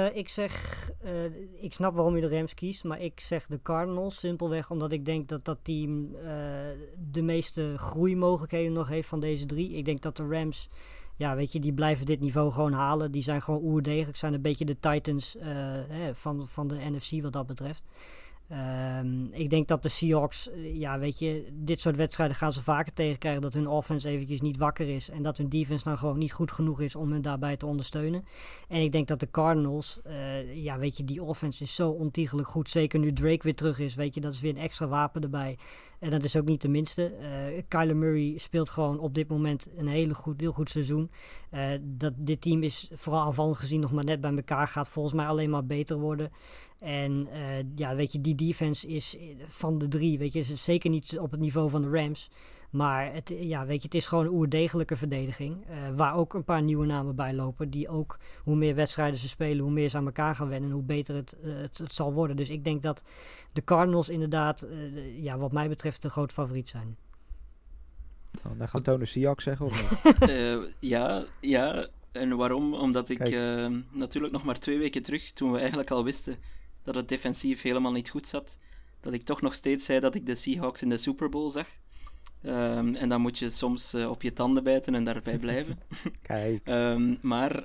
Ik snap waarom je de Rams kiest, maar ik zeg de Cardinals simpelweg omdat ik denk dat dat team de meeste groeimogelijkheden nog heeft van deze 3. Ik denk dat de Rams, die blijven dit niveau gewoon halen. Die zijn gewoon oerdegelijk, zijn een beetje de Titans van de NFC wat dat betreft. Ik denk dat de Seahawks, dit soort wedstrijden gaan ze vaker tegenkrijgen dat hun offense eventjes niet wakker is en dat hun defense dan gewoon niet goed genoeg is om hun daarbij te ondersteunen. En ik denk dat de Cardinals, die offense is zo ontiegelijk goed, zeker nu Drake weer terug is, dat is weer een extra wapen erbij. En dat is ook niet de minste. Kyler Murray speelt gewoon op dit moment een heel goed seizoen. Dit team is vooral aanvallend gezien nog maar net bij elkaar, gaat volgens mij alleen maar beter worden. En die defense is van de 3, is zeker niet op het niveau van de Rams. Maar het is gewoon een oerdegelijke verdediging. Waar ook een paar nieuwe namen bij lopen. Die ook, hoe meer wedstrijden ze spelen, hoe meer ze aan elkaar gaan wennen. En hoe beter het zal worden. Dus ik denk dat de Cardinals inderdaad, wat mij betreft, de groot favoriet zijn. Dan gaat Tony Seahawks zeggen, of niet? Ja. En waarom? Omdat ik natuurlijk nog maar 2 weken terug, toen we eigenlijk al wisten dat het defensief helemaal niet goed zat, dat ik toch nog steeds zei dat ik de Seahawks in de Super Bowl zag. En dan moet je soms op je tanden bijten en daarbij blijven. Kijk. Maar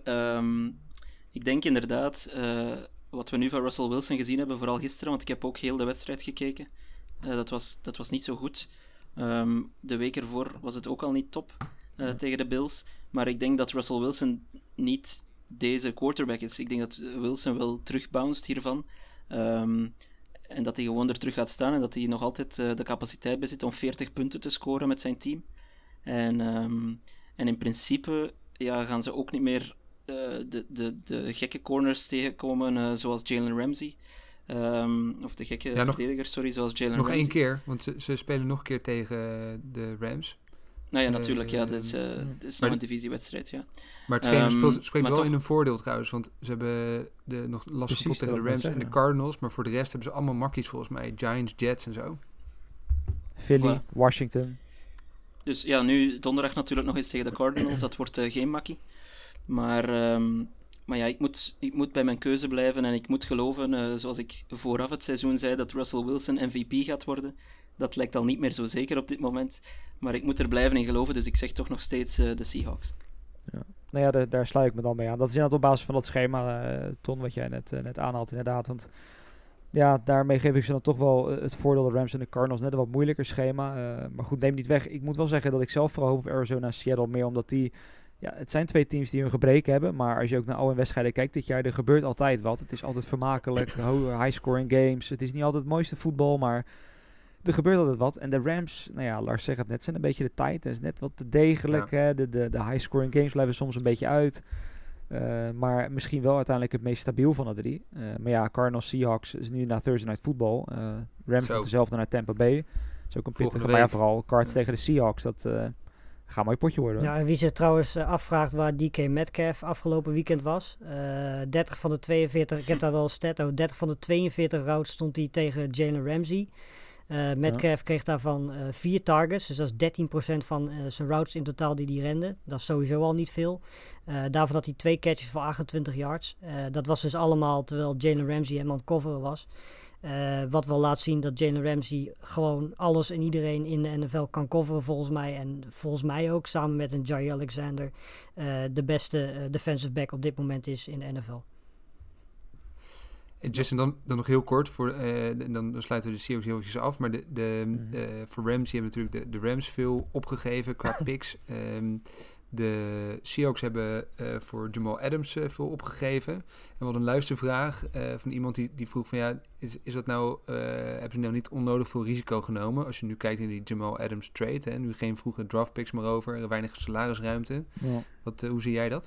ik denk inderdaad, wat we nu van Russell Wilson gezien hebben, vooral gisteren, want ik heb ook heel de wedstrijd gekeken, dat was niet zo goed. De week ervoor was het ook al niet top tegen de Bills. Maar ik denk dat Russell Wilson niet deze quarterback is. Ik denk dat Wilson wel terugbounced hiervan. En dat hij gewoon er terug gaat staan en dat hij nog altijd de capaciteit bezit om 40 punten te scoren met zijn team. En in principe gaan ze ook niet meer de gekke corners tegenkomen zoals Jalen Ramsey. Of de gekke verdedigers, zoals Jalen Ramsey. Nog 1 keer, want ze spelen nog een keer tegen de Rams. Nou ja, natuurlijk. Het is nog een divisiewedstrijd, ja. Maar het schema spreekt wel in hun voordeel trouwens. Want ze hebben nog lastig gehad tegen de Rams en de Cardinals. Maar voor de rest hebben ze allemaal makkies volgens mij. Giants, Jets en zo. Philly, Washington. Dus ja, nu donderdag natuurlijk nog eens tegen de Cardinals. Dat wordt geen makkie. Maar ja, ik moet bij mijn keuze blijven. En ik moet geloven, zoals ik vooraf het seizoen zei, dat Russell Wilson MVP gaat worden. Dat lijkt al niet meer zo zeker op dit moment. Maar ik moet er blijven in geloven, dus ik zeg toch nog steeds de Seahawks. Ja. Nou ja, daar sluit ik me dan mee aan. Dat is inderdaad op basis van dat schema, Ton, wat jij net aanhaalt inderdaad. Want ja, daarmee geef ik ze dan toch wel het voordeel de Rams en de Cardinals. Net een wat moeilijker schema. Maar goed, neem niet weg. Ik moet wel zeggen dat ik zelf vooral hoop op Arizona en Seattle meer, omdat die... Ja, het zijn 2 teams die hun gebreken hebben, maar als je ook naar oude wedstrijden kijkt dit jaar, er gebeurt altijd wat. Het is altijd vermakelijk, high-scoring games. Het is niet altijd het mooiste voetbal, maar er gebeurt altijd wat. En de Rams, nou ja, Lars zegt het net, zijn een beetje de Titans. Net wat te degelijk. Ja. Hè? De high-scoring games blijven soms een beetje uit. Maar misschien wel uiteindelijk het meest stabiel van de 3. Maar ja, Cardinals, Seahawks is nu naar Thursday Night Football. Rams komt dezelfde naar Tampa Bay. Dat is ook een pittige, maar ja, vooral Cards tegen de Seahawks. Dat gaat een mooi potje worden. Ja, en wie zich trouwens afvraagt waar DK Metcalf afgelopen weekend was. 30 van de 42, ik heb daar wel een stat over. 30 van de 42 routes stond hij tegen Jalen Ramsey. Metcalf kreeg daarvan 4 targets, dus dat is 13% van zijn routes in totaal die hij rende. Dat is sowieso al niet veel. Daarvan had hij 2 catches voor 28 yards. Dat was dus allemaal terwijl Jalen Ramsey hem aan het coveren was. Wat wel laat zien dat Jalen Ramsey gewoon alles en iedereen in de NFL kan coveren volgens mij. En volgens mij ook samen met een Jair Alexander de beste defensive back op dit moment is in de NFL. Justin, dan nog heel kort, dan sluiten we de Seahawks heel eventjes af. Maar voor Ramsey hebben natuurlijk de Rams veel opgegeven qua picks. De Seahawks hebben voor Jamal Adams veel opgegeven. En we hadden een luistervraag van iemand die vroeg van ja, is dat nou, hebben ze nou niet onnodig veel risico genomen? Als je nu kijkt in die Jamal Adams trade, hè, nu geen vroege draft picks meer over, weinig salarisruimte. Ja. Hoe zie jij dat?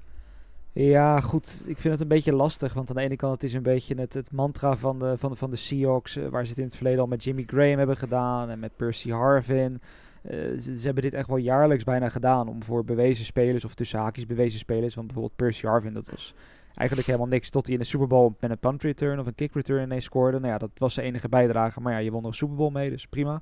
Ja, goed. Ik vind het een beetje lastig. Want aan de ene kant het is een beetje het mantra van de Seahawks. Waar ze het in het verleden al met Jimmy Graham hebben gedaan. En met Percy Harvin. Ze hebben dit echt wel jaarlijks bijna gedaan. Om voor bewezen spelers of tussen haakjes bewezen spelers. Want bijvoorbeeld Percy Harvin, dat was eigenlijk helemaal niks. Tot hij in de Super Bowl met een punt return of een kick return ineens scoorde. Nou ja, dat was zijn enige bijdrage. Maar ja, je won er een Super Bowl mee, dus prima.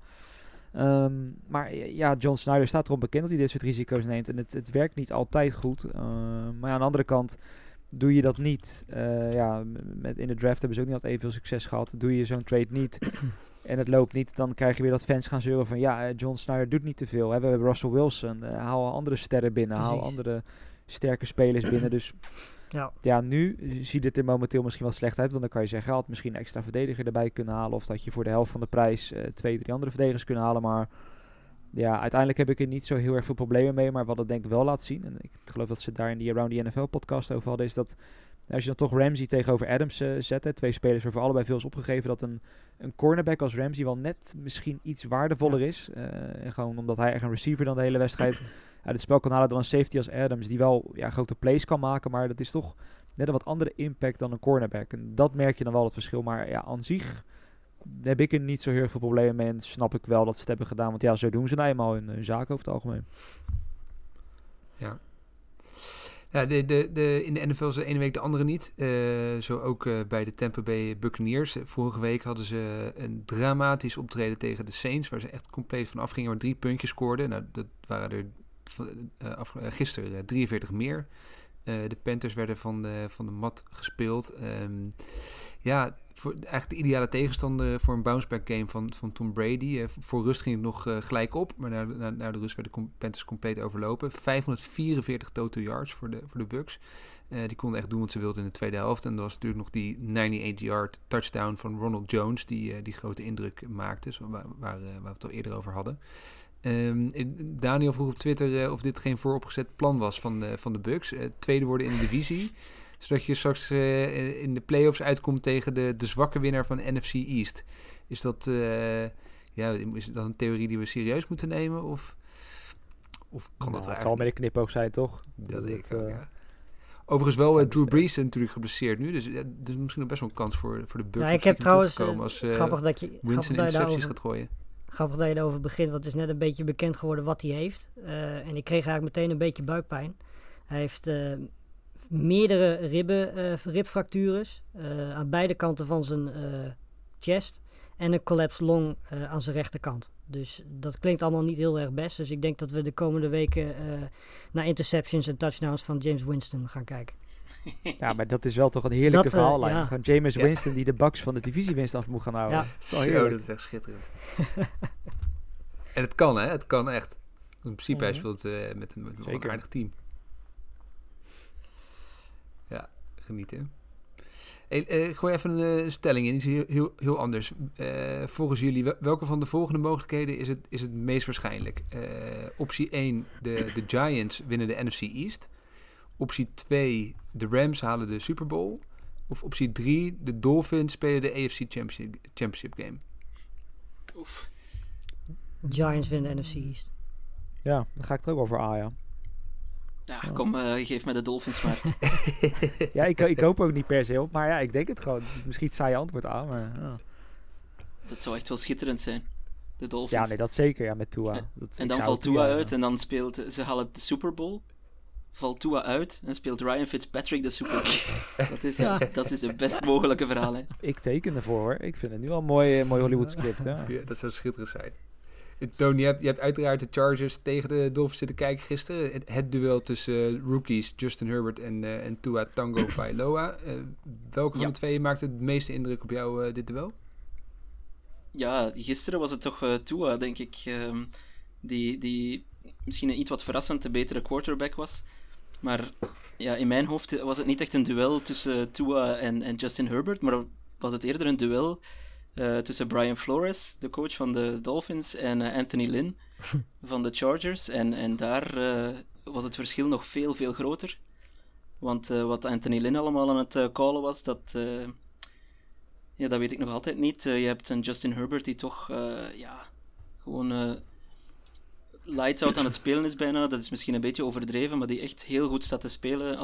Maar ja, John Snyder staat erom bekend dat hij dit soort risico's neemt. En het werkt niet altijd goed. Maar ja, aan de andere kant doe je dat niet. In de draft hebben ze ook niet altijd evenveel succes gehad. Doe je zo'n trade niet en het loopt niet, dan krijg je weer dat fans gaan zeuren van ja, John Snyder doet niet te veel. We hebben Russell Wilson. Haal andere sterren binnen. Haal andere sterke spelers binnen. Dus ja, nu ziet het er momenteel misschien wel slecht uit. Want dan kan je zeggen, had misschien een extra verdediger erbij kunnen halen. Of dat je voor de helft van de prijs 2, 3 andere verdedigers kunnen halen. Maar ja, uiteindelijk heb ik er niet zo heel erg veel problemen mee. Maar wat het denk ik wel laat zien, en ik geloof dat ze daar in die Around the NFL podcast over hadden, is dat als je dan toch Ramsey tegenover Adams zet, 2 spelers waarvoor allebei veel is opgegeven, dat een cornerback als Ramsey wel net misschien iets waardevoller is. En gewoon omdat hij echt een receiver dan de hele wedstrijd uit het spel kan halen dan een safety als Adams, die wel grote plays kan maken, maar dat is toch net een wat andere impact dan een cornerback. En dat merk je dan wel het verschil. Maar ja, aan zich heb ik er niet zo heel veel problemen mee en snap ik wel dat ze het hebben gedaan. Want ja, zo doen ze nou eenmaal in hun zaken over het algemeen. Ja. Ja, in de NFL is de ene week de andere niet. Zo ook bij de Tampa Bay Buccaneers. Vorige week hadden ze een dramatisch optreden tegen de Saints, waar ze echt compleet van afgingen, maar 3 puntjes scoorden. Nou, dat waren er gisteren 43 meer. De Panthers werden van de mat gespeeld. Eigenlijk de ideale tegenstander voor een bounceback game van Tom Brady. Voor rust ging het nog gelijk op, maar na de rust werden de Panthers compleet overlopen. 544 total yards voor de Bucks. Die konden echt doen wat ze wilden in de tweede helft. En er was natuurlijk nog die 98-yard touchdown van Ronald Jones, die grote indruk maakte, waar we het al eerder over hadden. Daniel vroeg op Twitter of dit geen vooropgezet plan was van de Bucks. Tweede worden in de divisie, zodat je straks in de playoffs uitkomt tegen de zwakke winnaar van NFC East. Is dat een theorie die we serieus moeten nemen? Of kan dat het zal met een knipoog zijn, toch? Dat denk ik ook, ja. Overigens wel Drew Brees natuurlijk geblesseerd nu. Dus er is misschien nog best wel een kans voor de Bucks. Ja, ik heb trouwens als grappig dat je Winston intercepties gaat gooien. Grappig dat je erover begint, want het is net een beetje bekend geworden wat hij heeft. En ik kreeg eigenlijk meteen een beetje buikpijn. Hij heeft meerdere ribfractures aan beide kanten van zijn chest. En een collapse long aan zijn rechterkant. Dus dat klinkt allemaal niet heel erg best. Dus ik denk dat we de komende weken naar interceptions en touchdowns van James Winston gaan kijken. Ja, maar dat is wel toch een heerlijke verhaallijn. Ja. Van Jameis Winston die de Bucks van de divisiewinst af moet gaan houden. Ja. Zo, dat is echt schitterend. En het kan, hè? Het kan echt. In principe, hij speelt met een aardig team. Ja, genieten. Gooi even een stelling in, iets heel anders. Volgens jullie, welke van de volgende mogelijkheden is het meest waarschijnlijk? Optie 1, de Giants winnen de NFC East. Optie 2, de Rams halen de Super Bowl. Of optie 3, de Dolphins spelen de AFC Championship game. Oef. Giants winnen de NFC East. Ja, dan ga ik er ook over aan, ja. Ja, kom, geef mij de Dolphins maar. Ja, ik hoop ook niet per se op, maar ja, ik denk het gewoon. Het is misschien het saaie antwoord aan, maar... Ja. Dat zou echt wel schitterend zijn. De Dolphins. Ja, nee, dat zeker, ja, met Tua. En dan valt Tua uit en dan ze halen de Super Bowl. Valt Tua uit en speelt Ryan Fitzpatrick de Super Bowl. Dat is het best mogelijke verhaal, hè. Ik teken ervoor, hoor. Ik vind het nu al een mooi Hollywood script, ja. Ja, dat zou schitterend zijn. Toon, je hebt uiteraard de Chargers tegen de Dolphins zitten kijken gisteren. Het duel tussen rookies Justin Herbert en Tua Tango Vailoa. Welke van de twee maakte het meeste indruk op jou, dit duel? Ja, gisteren was het toch Tua, denk ik. Die misschien een iets wat verrassend de betere quarterback was. Maar ja, in mijn hoofd was het niet echt een duel tussen Tua en Justin Herbert, maar was het eerder een duel tussen Brian Flores, de coach van de Dolphins, en Anthony Lynn van de Chargers. En daar was het verschil nog veel, veel groter. Want wat Anthony Lynn allemaal aan het callen was, dat weet ik nog altijd niet. Je hebt een Justin Herbert die toch gewoon lights out aan het spelen is bijna. Dat is misschien een beetje overdreven, maar die echt heel goed staat te spelen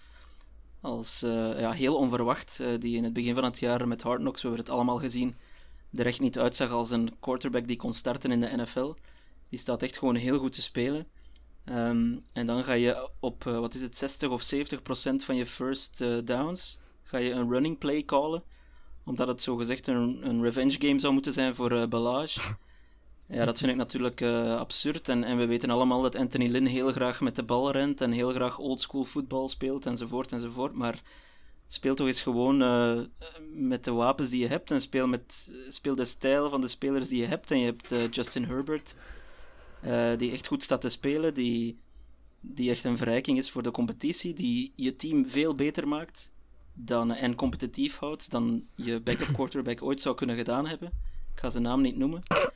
als heel onverwacht. Die in het begin van het jaar met Hard Knocks, we hebben het allemaal gezien, er echt niet uitzag als een quarterback die kon starten in de NFL. Die staat echt gewoon heel goed te spelen. En dan ga je op 60 of 70% van je first downs ga je een running play callen, omdat het zogezegd een revenge game zou moeten zijn voor Ballage. Ja, dat vind ik natuurlijk absurd. En we weten allemaal dat Anthony Lynn heel graag met de bal rent en heel graag oldschool voetbal speelt enzovoort enzovoort. Maar speel toch eens gewoon met de wapens die je hebt en speel de stijl van de spelers die je hebt. En je hebt Justin Herbert, die echt goed staat te spelen, die echt een verrijking is voor de competitie, die je team veel beter maakt en competitief houdt dan je backup quarterback ooit zou kunnen gedaan hebben. Ik ga zijn naam niet noemen.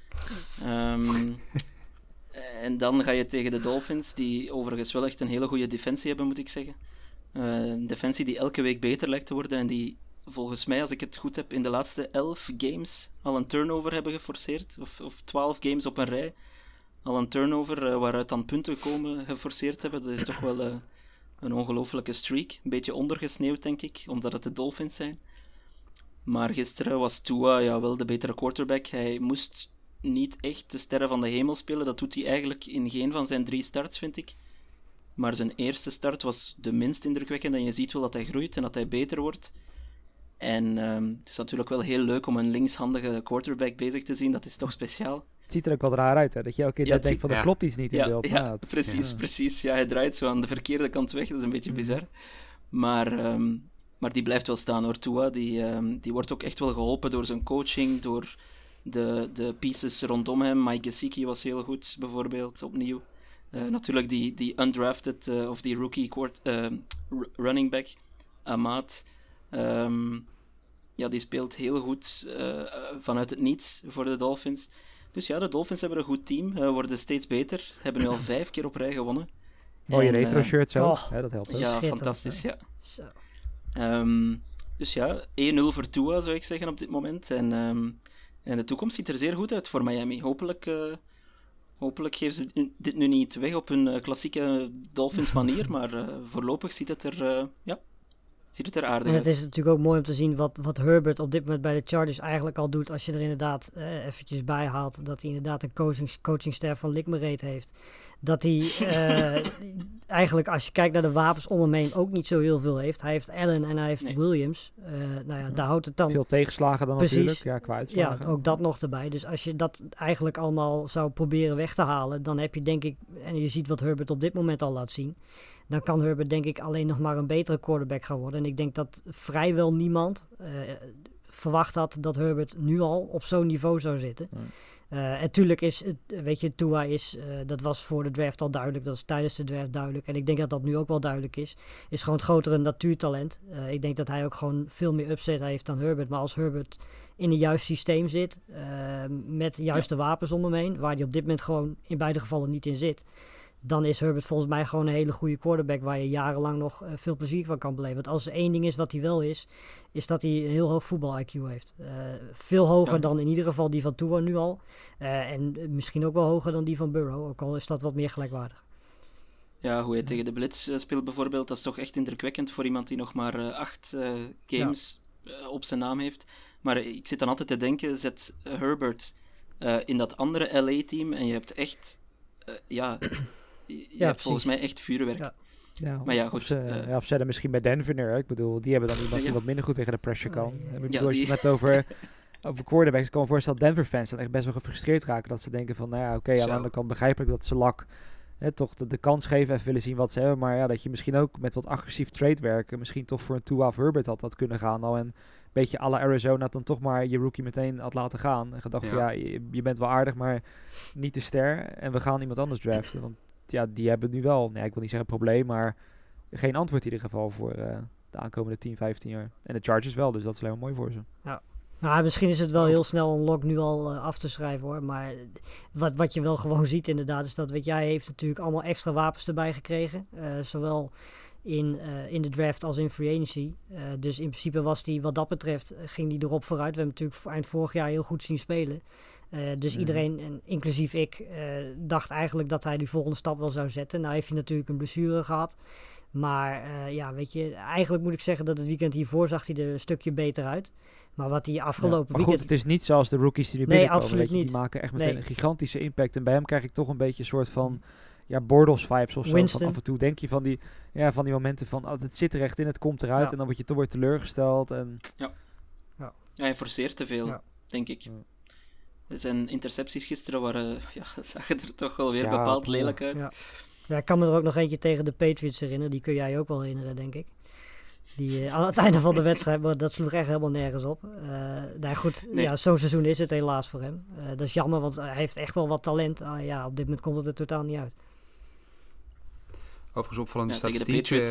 En dan ga je tegen de Dolphins, die overigens wel echt een hele goede defensie hebben, moet ik zeggen. Een defensie die elke week beter lijkt te worden en die volgens mij, als ik het goed heb, in de laatste 11 games al een turnover hebben geforceerd. Of 12 games op een rij. Al een turnover waaruit dan punten komen geforceerd hebben. Dat is toch wel een ongelofelijke streak. Een beetje ondergesneeuwd, denk ik, omdat het de Dolphins zijn. Maar gisteren was Tua wel de betere quarterback. Hij moest niet echt de sterren van de hemel spelen. Dat doet hij eigenlijk in geen van zijn 3 starts, vind ik. Maar zijn eerste start was de minst indrukwekkend. En je ziet wel dat hij groeit en dat hij beter wordt. En het is natuurlijk wel heel leuk om een linkshandige quarterback bezig te zien. Dat is toch speciaal. Het ziet er ook wat raar uit, hè? Dat je elke keer denkt van, er klopt iets niet in beeld. Ja, precies. Ja, hij draait zo aan de verkeerde kant weg. Dat is een beetje bizar. Maar die blijft wel staan, hoor. Tua, die wordt ook echt wel geholpen door zijn coaching, door de pieces rondom hem. Mike Gesicki was heel goed, bijvoorbeeld, opnieuw. Natuurlijk die undrafted, of die rookie running back, Ahmad. Die speelt heel goed vanuit het niets voor de Dolphins. Dus ja, de Dolphins hebben een goed team, worden steeds beter. Hebben nu al 5 keer op rij gewonnen. Mooie retro shirts ook, dat helpt ook. Ja, fantastisch, ja. Zo. Dus ja, 1-0 voor Tua, zou ik zeggen, op dit moment. En de toekomst ziet er zeer goed uit voor Miami. Hopelijk geven ze dit nu niet weg op hun klassieke Dolphins manier, maar voorlopig ziet het er aardig En het uit. is natuurlijk ook mooi om te zien wat Herbert op dit moment bij de Chargers eigenlijk al doet. Als je er inderdaad eventjes bij haalt dat hij inderdaad een coachingster van likmereet heeft. Dat hij eigenlijk, als je kijkt naar de wapens om hem heen, ook niet zo heel veel heeft. Hij heeft Allen en hij heeft Williams. Daar houdt het dan... Veel tegenslagen dan Precies. natuurlijk, qua uitslagen. Ja, ook dat nog erbij. Dus als je dat eigenlijk allemaal zou proberen weg te halen, dan heb je denk ik, en je ziet wat Herbert op dit moment al laat zien, dan kan Herbert denk ik alleen nog maar een betere quarterback gaan worden. En ik denk dat vrijwel niemand verwacht had dat Herbert nu al op zo'n niveau zou zitten. En tuurlijk is, Tua is, dat was voor de draft al duidelijk, dat is tijdens de draft duidelijk. En ik denk dat dat nu ook wel duidelijk is gewoon het grotere natuurtalent. Ik denk dat hij ook gewoon veel meer upside heeft dan Herbert. Maar als Herbert in een juist systeem zit, met de juiste wapens om hem heen, waar hij op dit moment gewoon in beide gevallen niet in zit, dan is Herbert volgens mij gewoon een hele goede quarterback waar je jarenlang nog veel plezier van kan beleven. Want als er één ding is wat hij wel is dat hij een heel hoog voetbal-IQ heeft. Veel hoger dan in ieder geval die van Tua nu al. En misschien ook wel hoger dan die van Burrow, ook al is dat wat meer gelijkwaardig. Ja, hoe hij tegen de Blitz speelt bijvoorbeeld, dat is toch echt indrukwekkend voor iemand die nog maar 8 games op zijn naam heeft. Maar ik zit dan altijd te denken, zet Herbert in dat andere LA-team en je hebt echt... Je hebt volgens mij echt vuurwerk. Ja. Ja, maar ja, goed. Of ze er misschien bij Denver neer. Ik bedoel, die hebben dan iemand die wat minder goed tegen de pressure kan. Als je het net over quarterbacks, ik kan me voorstellen dat Denver-fans dan echt best wel gefrustreerd raken. Dat ze denken van, aan de andere kant begrijp ik dat ze Lak toch de kans geven, even willen zien wat ze hebben. Maar dat je misschien ook met wat agressief trade werken, misschien toch voor een Tua of Herbert had kunnen gaan. En een beetje à la Arizona dan toch maar je rookie meteen had laten gaan. En gedacht van, je bent wel aardig, maar niet te ster. En we gaan iemand anders draften, want die hebben nu wel, ik wil niet zeggen een probleem, maar geen antwoord in ieder geval voor de aankomende 10, 15 jaar. En de Chargers wel, dus dat is alleen maar mooi voor ze. Ja. Nou, misschien is het wel heel snel om Lok nu al af te schrijven hoor. Maar wat je wel gewoon ziet inderdaad, is dat hij heeft natuurlijk allemaal extra wapens erbij gekregen. Zowel in de draft als in free agency. Dus in principe was hij wat dat betreft, ging hij erop vooruit. We hebben natuurlijk eind vorig jaar heel goed zien spelen. Dus iedereen, en inclusief ik, dacht eigenlijk dat hij die volgende stap wel zou zetten. Nou heeft hij natuurlijk een blessure gehad. Maar eigenlijk moet ik zeggen dat het weekend hiervoor zag hij er een stukje beter uit. Maar wat hij afgelopen weekend... Maar goed, het is niet zoals de rookies die nu binnenkomen. Absoluut niet. Die maken echt meteen een gigantische impact. En bij hem krijg ik toch een beetje een soort van Bortles vibes of zo. Van af en toe denk je van die momenten van het zit er echt in, het komt eruit. En dan word je toch weer teleurgesteld. En... Ja, hij forceert te veel, denk ik. Ja. Zijn intercepties gisteren zagen er toch wel weer bepaald lelijk uit. Ja, ik kan me er ook nog eentje tegen de Patriots herinneren. Die kun jij ook wel herinneren, denk ik. Die aan het einde van de wedstrijd, dat sloeg echt helemaal nergens op. Zo'n seizoen is het helaas voor hem. Dat is jammer, want hij heeft echt wel wat talent. Op dit moment komt het er totaal niet uit. Overigens opvallende statistiek.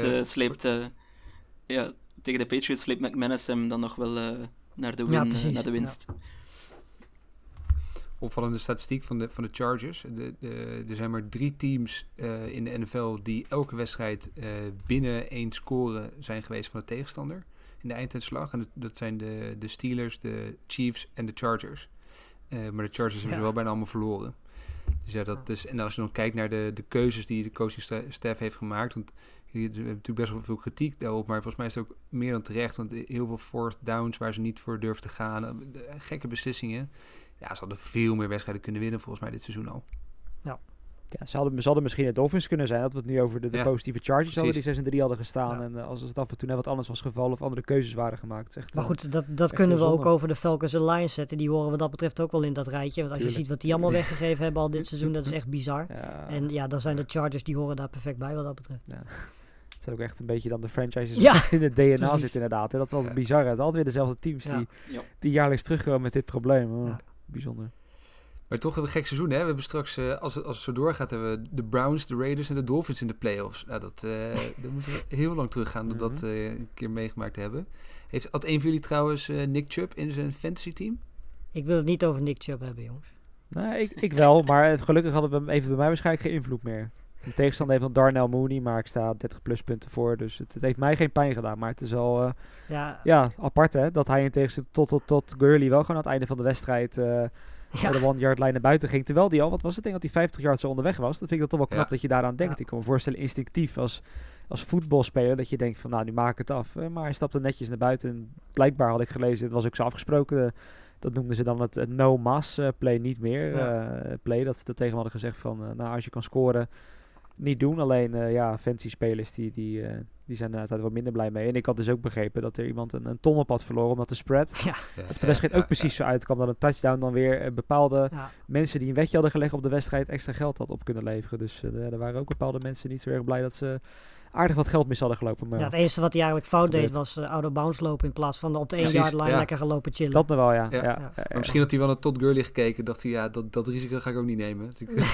Tegen de Patriots sleept McManus hem dan nog wel naar de winst. Ja. Opvallende statistiek van de Chargers. Er zijn maar 3 teams in de NFL die elke wedstrijd binnen 1 score zijn geweest van de tegenstander in de einduitslag. En dat zijn de Steelers, de Chiefs en de Chargers. Maar de Chargers hebben ze wel bijna allemaal verloren. Dus dat is. En als je dan kijkt naar de keuzes die de coachingstaf heeft gemaakt, want we hebben natuurlijk best wel veel kritiek daarop, maar volgens mij is het ook meer dan terecht, want heel veel fourth downs waar ze niet voor durven te gaan, gekke beslissingen. Ja, ze hadden veel meer wedstrijden kunnen winnen volgens mij dit seizoen al. Ja, ze hadden misschien de Dolphins kunnen zijn. Dat we het nu over de positieve Chargers hadden, die 6-3 hadden gestaan. Ja. En als het af en toe net wat anders was gevallen of andere keuzes waren gemaakt. Echt, maar goed, dat kunnen we ook over de Falcons en Lions zetten. Die horen wat dat betreft ook wel in dat rijtje. Want als je ziet wat die allemaal weggegeven hebben al dit seizoen, dat is echt bizar. Ja. En ja, dan zijn de Chargers, die horen daar perfect bij wat dat betreft. Ja. Het zijn ook echt een beetje dan de franchises in het DNA zit inderdaad. Hè. Dat is altijd bizar. Het altijd weer dezelfde teams die jaarlijks terugkomen met dit probleem. Bijzonder. Maar toch een gek seizoen, hè? We hebben straks, als het zo doorgaat, hebben we de Browns, de Raiders en de Dolphins in de playoffs. Nou, dat moeten we heel lang teruggaan om dat een keer meegemaakt te hebben. Had een van jullie trouwens Nick Chubb in zijn fantasy team? Ik wil het niet over Nick Chubb hebben, jongens. Nee, ik wel, maar gelukkig hadden we hem even bij mij waarschijnlijk geen invloed meer. De tegenstander heeft dan Darnell Mooney, maar ik sta 30 plus punten voor. Dus het heeft mij geen pijn gedaan. Maar het is al apart, hè, dat hij in tegenstelling tot Gurley wel gewoon aan het einde van de wedstrijd... de 1-yard lijn naar buiten ging. Terwijl die al, wat was het, denk dat hij 50 yards zo onderweg was. Dat vind ik dat toch wel knap dat je daaraan denkt. Ik kan me voorstellen instinctief als voetbalspeler dat je denkt van nou, nu maak ik het af. Maar hij stapte netjes naar buiten. En blijkbaar had ik gelezen, het was ook zo afgesproken. Dat noemden ze dan het no-mass play niet meer. Play, dat ze er tegen hadden gezegd van nou, als je kan scoren, niet doen. Alleen fancy spelers die zijn er altijd wat minder blij mee. En ik had dus ook begrepen dat er iemand een ton op had verloren, omdat de spread op de wedstrijd ook precies zo uitkwam. Dat een touchdown dan weer bepaalde mensen die een wetje hadden gelegd op de wedstrijd extra geld had op kunnen leveren. Dus er waren ook bepaalde mensen niet zo erg blij dat ze aardig wat geld mis hadden gelopen. Maar het enige wat hij eigenlijk fout deed was out of bounds lopen in plaats van op de 1-yard line lekker gaan lopen chillen. Dat nog wel, Maar misschien had hij wel naar Todd Gurley gekeken, dacht hij dat risico ga ik ook niet nemen.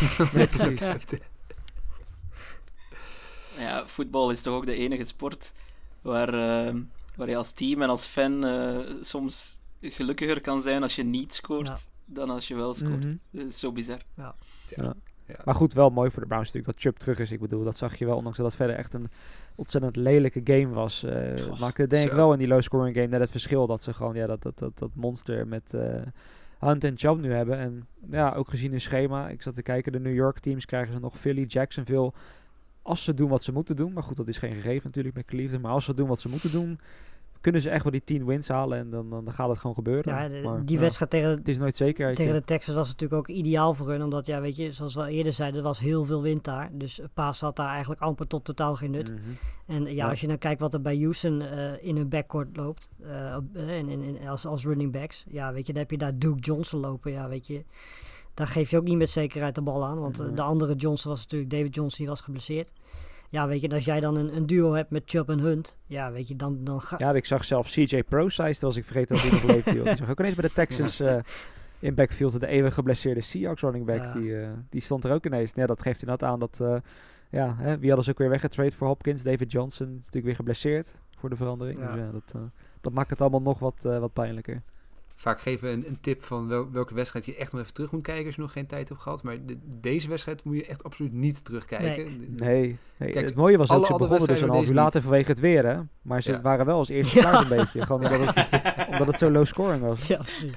Ja, voetbal is toch ook de enige sport waar je als team en als fan soms gelukkiger kan zijn als je niet scoort dan als je wel scoort. Dat is zo bizar. Ja. Maar goed, wel mooi voor de Browns natuurlijk dat Chubb terug is. Ik bedoel, dat zag je wel, ondanks dat het verder echt een ontzettend lelijke game was. Maakte denk ik wel in die low-scoring game net het verschil dat ze gewoon dat monster met Hunt en Chubb nu hebben. En ja, ook gezien hun schema. Ik zat te kijken, de New York teams krijgen ze nog Philly, Jacksonville. Als ze doen wat ze moeten doen, maar goed, dat is geen gegeven natuurlijk met Cleveland, maar als ze doen wat ze moeten doen, kunnen ze echt wel die 10 wins halen en dan gaat het gewoon gebeuren. Ja, die wedstrijd tegen, het is nooit zeker, tegen de Texans was natuurlijk ook ideaal voor hun, omdat weet je, zoals we al eerder zeiden, er was heel veel wind daar, dus Paas had daar eigenlijk amper tot totaal geen nut. En als je dan kijkt wat er bij Houston in hun backcourt loopt, als running backs, weet je, dan heb je daar Duke Johnson lopen, weet je. Daar geef je ook niet met zekerheid de bal aan. Want de andere Johnson was natuurlijk David Johnson, die was geblesseerd. Ja, weet je, als jij dan een duo hebt met Chubb en Hunt, weet je, dan ga... Ja, ik zag zelf CJ Prosise, was ik vergeten dat hij nog leefde. Ik zag ook ineens bij de Texans in backfield de eeuwig geblesseerde Seahawks running back. Die stond er ook ineens. Ja, dat geeft inderdaad aan dat... wie hadden ze ook weer weggetrade voor Hopkins? David Johnson is natuurlijk weer geblesseerd voor de verandering. Ja. Dus dat maakt het allemaal nog wat pijnlijker. Vaak geven we een tip van welke wedstrijd je echt nog even terug moet kijken als je nog geen tijd hebt gehad. Maar deze wedstrijd moet je echt absoluut niet terugkijken. Nee. Kijk, het mooie was ook, ze begonnen dus een half uur later vanwege het weer, hè. Maar ze waren wel als eerste klaar een beetje. Gewoon omdat het zo low scoring was. Ja, precies.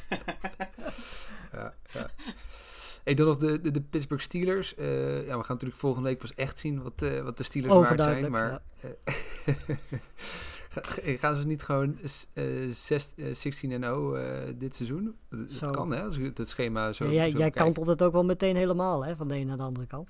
Hey, dan nog de Pittsburgh Steelers. We gaan natuurlijk volgende week pas echt zien wat de Steelers waard zijn. Maar gaan ze niet gewoon 16-0 dit seizoen? Dat kan, hè? Als je het schema zo jij kantelt het ook wel meteen helemaal, hè? Van de ene naar de andere kant.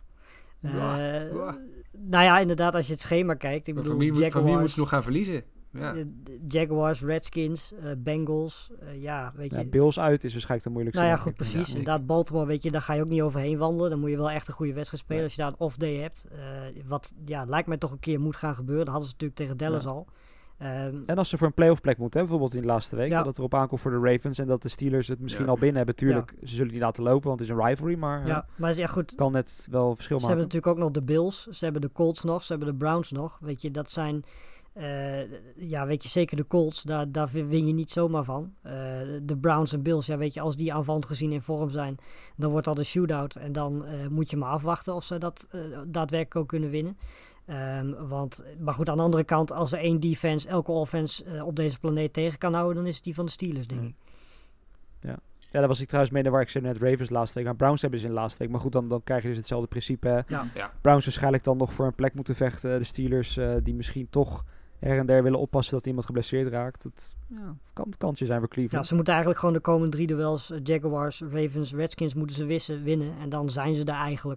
Nou ja, inderdaad, als je het schema kijkt. Ik bedoel, van wie moet ze nog gaan verliezen? Ja. Jaguars, Redskins, Bengals, weet je. Bills uit is waarschijnlijk de moeilijkste. Nou ja, goed, precies. Inderdaad, Baltimore, weet je, daar ga je ook niet overheen wandelen. Dan moet je wel echt een goede wedstrijd spelen als je daar een off-day hebt. Wat lijkt mij toch een keer moet gaan gebeuren. Dat hadden ze natuurlijk tegen Dallas al. En als ze voor een playoff plek moeten, bijvoorbeeld in de laatste week, dat het erop aankomt voor de Ravens en dat de Steelers het misschien al binnen hebben. Tuurlijk, ze zullen die laten lopen, want het is een rivalry, maar goed, kan net wel verschil maken. Ze hebben natuurlijk ook nog de Bills, ze hebben de Colts nog, ze hebben de Browns nog. Weet je, dat zijn... weet je, zeker de Colts, daar win je niet zomaar van. De Browns en Bills, weet je, als die aanvallend gezien in vorm zijn, dan wordt dat een shootout. En dan moet je maar afwachten of ze dat daadwerkelijk ook kunnen winnen. Maar goed, aan de andere kant, als er één defense elke offense op deze planeet tegen kan houden, dan is het die van de Steelers, denk ik. Ja, daar was ik trouwens mee naar waar ik zei net Ravens laatste week. Maar Browns hebben ze in de laatste week. Maar goed, dan krijg je dus hetzelfde principe. Ja. Browns waarschijnlijk dan nog voor een plek moeten vechten. De Steelers die misschien toch her en der willen oppassen dat iemand geblesseerd raakt. Het kan het kansje zijn voor Cleveland. Ja, ze moeten eigenlijk gewoon de komende 3 duels, Jaguars, Ravens, Redskins, moeten ze winnen. En dan zijn ze er eigenlijk al.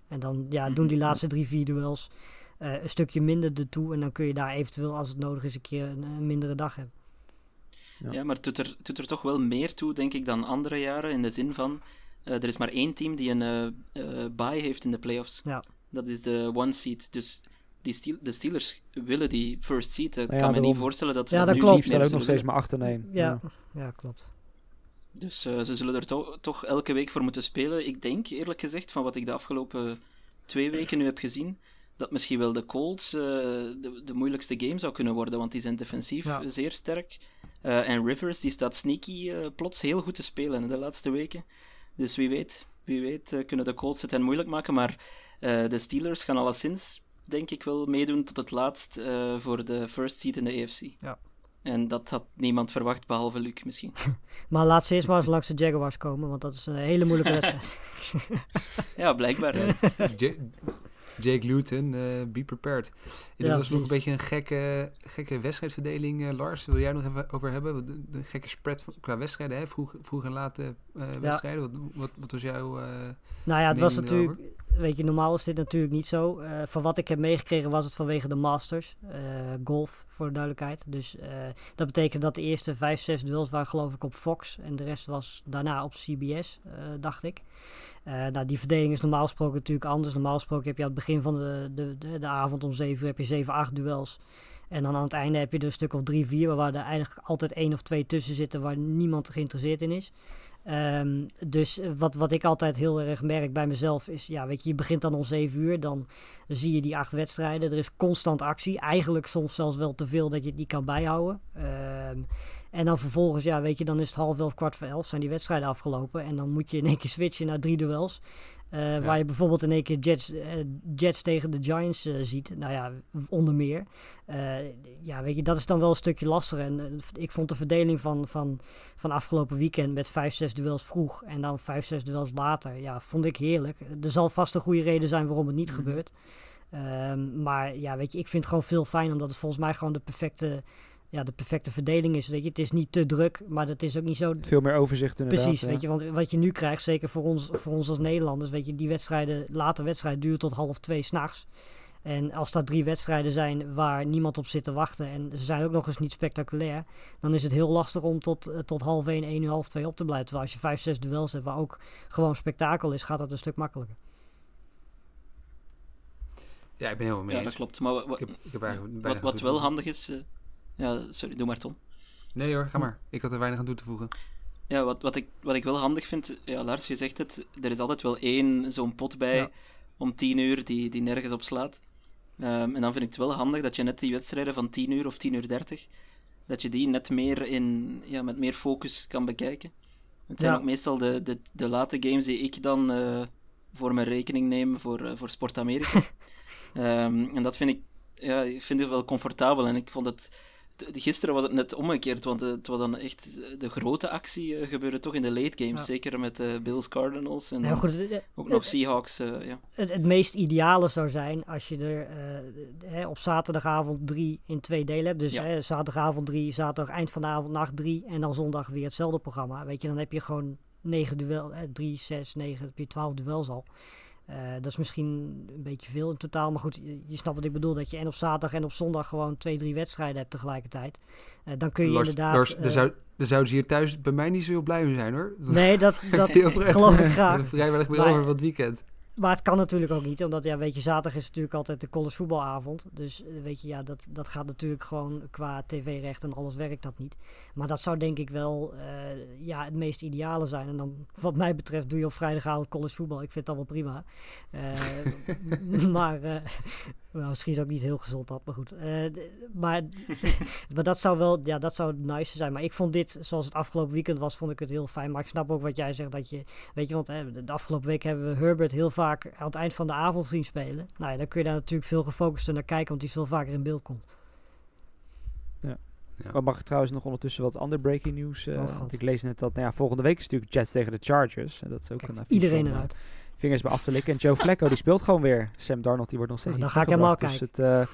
En dan doen die laatste 3-4 duels een stukje minder ertoe. En dan kun je daar eventueel, als het nodig is, een keer een mindere dag hebben. Ja, maar het doet er toch wel meer toe, denk ik, dan andere jaren. In de zin van, er is maar 1 team die een bye heeft in de playoffs. Ja. Dat is de 1 seed. Dus de Steelers willen die first seed. Ik kan me daarom. niet voorstellen dat ze Ja, dat dat nu klopt. niet Chiefs meer staan ook zullen nog steeds willen. maar 8-1. Ja, klopt. Dus ze zullen er toch elke week voor moeten spelen. Ik denk, eerlijk gezegd, van wat ik de afgelopen 2 weken nu heb gezien, dat misschien wel de Colts de moeilijkste game zou kunnen worden, want die zijn defensief zeer sterk. En Rivers, die staat sneaky plots heel goed te spelen in de laatste weken. Dus wie weet kunnen de Colts het hen moeilijk maken, maar de Steelers gaan alleszins, denk ik, wel meedoen tot het laatst voor de first seed in de AFC. Ja. En dat had niemand verwacht, behalve Luc misschien. Maar laat ze eerst maar eens langs de Jaguars komen, want dat is een hele moeilijke wedstrijd. Ja, blijkbaar. Jake Luton, be prepared. Dat was nog een precies. beetje een gekke wedstrijdverdeling, Lars. Wil jij nog even over hebben? De gekke spread qua wedstrijden, hè? Vroeg en late wedstrijden. Wat was jouw Nou ja, het was mening natuurlijk, weet je, normaal is dit natuurlijk niet zo. Van wat ik heb meegekregen was het vanwege de Masters. Golf, voor de duidelijkheid. Dus dat betekent dat de eerste 5-6 duels waren geloof ik op Fox. En de rest was daarna op CBS, dacht ik. Nou, die verdeling is normaal gesproken natuurlijk anders. Normaal gesproken heb je aan het begin van de avond om 7 uur heb je 7-8 duels. En dan aan het einde heb je er een stuk of 3-4, waar er eigenlijk altijd 1 of 2 tussen zitten waar niemand geïnteresseerd in is. Dus wat ik altijd heel erg merk bij mezelf is, ja, weet je begint dan om 7 uur, dan zie je die 8 wedstrijden. Er is constant actie, eigenlijk soms zelfs wel te veel dat je het niet kan bijhouden. En dan vervolgens, ja, weet je, dan is het 10:30, 11:15, zijn die wedstrijden afgelopen. En dan moet je in één keer switchen naar 3 duels. Waar je bijvoorbeeld in één keer Jets tegen de Giants ziet. Nou ja, onder meer. Ja, weet je, dat is dan wel een stukje lastiger. En ik vond de verdeling van afgelopen weekend met 5-6 duels vroeg en dan 5-6 duels later, ja, vond ik heerlijk. Er zal vast een goede reden zijn waarom het niet gebeurt. Maar ja, weet je, ik vind het gewoon veel fijn, omdat het volgens mij gewoon de perfecte verdeling is. Weet je, het is niet te druk, maar het is ook niet zo. Veel meer overzicht inderdaad. Precies, weet je, want wat je nu krijgt, zeker voor ons als Nederlanders, weet je, die late wedstrijden duren tot 1:30 s'nachts. En als dat 3 wedstrijden zijn waar niemand op zit te wachten en ze zijn ook nog eens niet spectaculair, dan is het heel lastig om tot 1:30, 1 uur, 1:30 op te blijven. Terwijl als je 5-6 duels hebt waar ook gewoon spektakel is, gaat dat een stuk makkelijker. Ja, ik ben helemaal mee Ja, dat eens. klopt. Maar Ik heb eigenlijk bijna wat toe te wel voegen. handig is... sorry, doe maar Tom. Nee hoor, ga maar. Ik had er weinig aan toe te voegen. Ja, wat ik wel handig vind, ja, Lars, je zegt het, er is altijd wel 1 zo'n pot bij om 10 uur die nergens op slaat. En dan vind ik het wel handig dat je net die wedstrijden van 10 uur of 10:30, dat je die net meer met meer focus kan bekijken. Het zijn ook meestal de late games die ik dan voor mijn rekening neem voor Sport Amerika. En dat vind ik vind het wel comfortabel. En ik vond het... Gisteren was het net omgekeerd, want het was dan echt de grote actie gebeurde toch in de late games. Ja. Zeker met de Bills Cardinals en Ja, dan goed, ook nog Seahawks. het meest ideale zou zijn als je er op zaterdagavond 3 in 2 delen hebt. Dus zaterdagavond 3, zaterdag eind van de avond nacht 3 en dan zondag weer hetzelfde programma. Weet je, dan heb je gewoon 9 duels, 3, 6, 9, heb je 12 duels al. Dat is misschien een beetje veel in totaal, maar goed, je snapt wat ik bedoel, dat je en op zaterdag en op zondag gewoon 2-3 wedstrijden hebt tegelijkertijd. Dan kun je inderdaad... Lars, daar zouden ze hier thuis bij mij niet zo heel blij mee zijn hoor. Nee, dat geloof ik graag. Vrij weinig meer over van het weekend. Maar het kan natuurlijk ook niet, omdat ja, weet je, zaterdag is natuurlijk altijd de college voetbalavond. Dus weet je, ja, dat gaat natuurlijk gewoon qua tv-recht en alles werkt dat niet. Maar dat zou denk ik wel het meest ideale zijn. En dan wat mij betreft doe je op vrijdagavond college voetbal. Ik vind dat wel prima. Maar misschien is het ook niet heel gezond dat, maar goed. Maar dat zou wel, ja, dat zou het nice zijn. Maar ik vond dit, zoals het afgelopen weekend was, vond ik het heel fijn. Maar ik snap ook wat jij zegt, dat je, weet je, want de afgelopen week hebben we Herbert heel vaak aan het eind van de avond zien spelen. Nou ja, dan kun je daar natuurlijk veel gefocuster naar kijken, want die veel vaker in beeld komt. Maar mag ik trouwens nog ondertussen wat ander breaking news? God. Want ik lees net dat volgende week is natuurlijk Jets tegen de Chargers. En dat is ook Kijk, een iedereen eruit. Vingers bij af te likken. En Joe Flacco die speelt gewoon weer. Sam Darnold die wordt nog steeds Dan niet ga ik helemaal teruggebracht.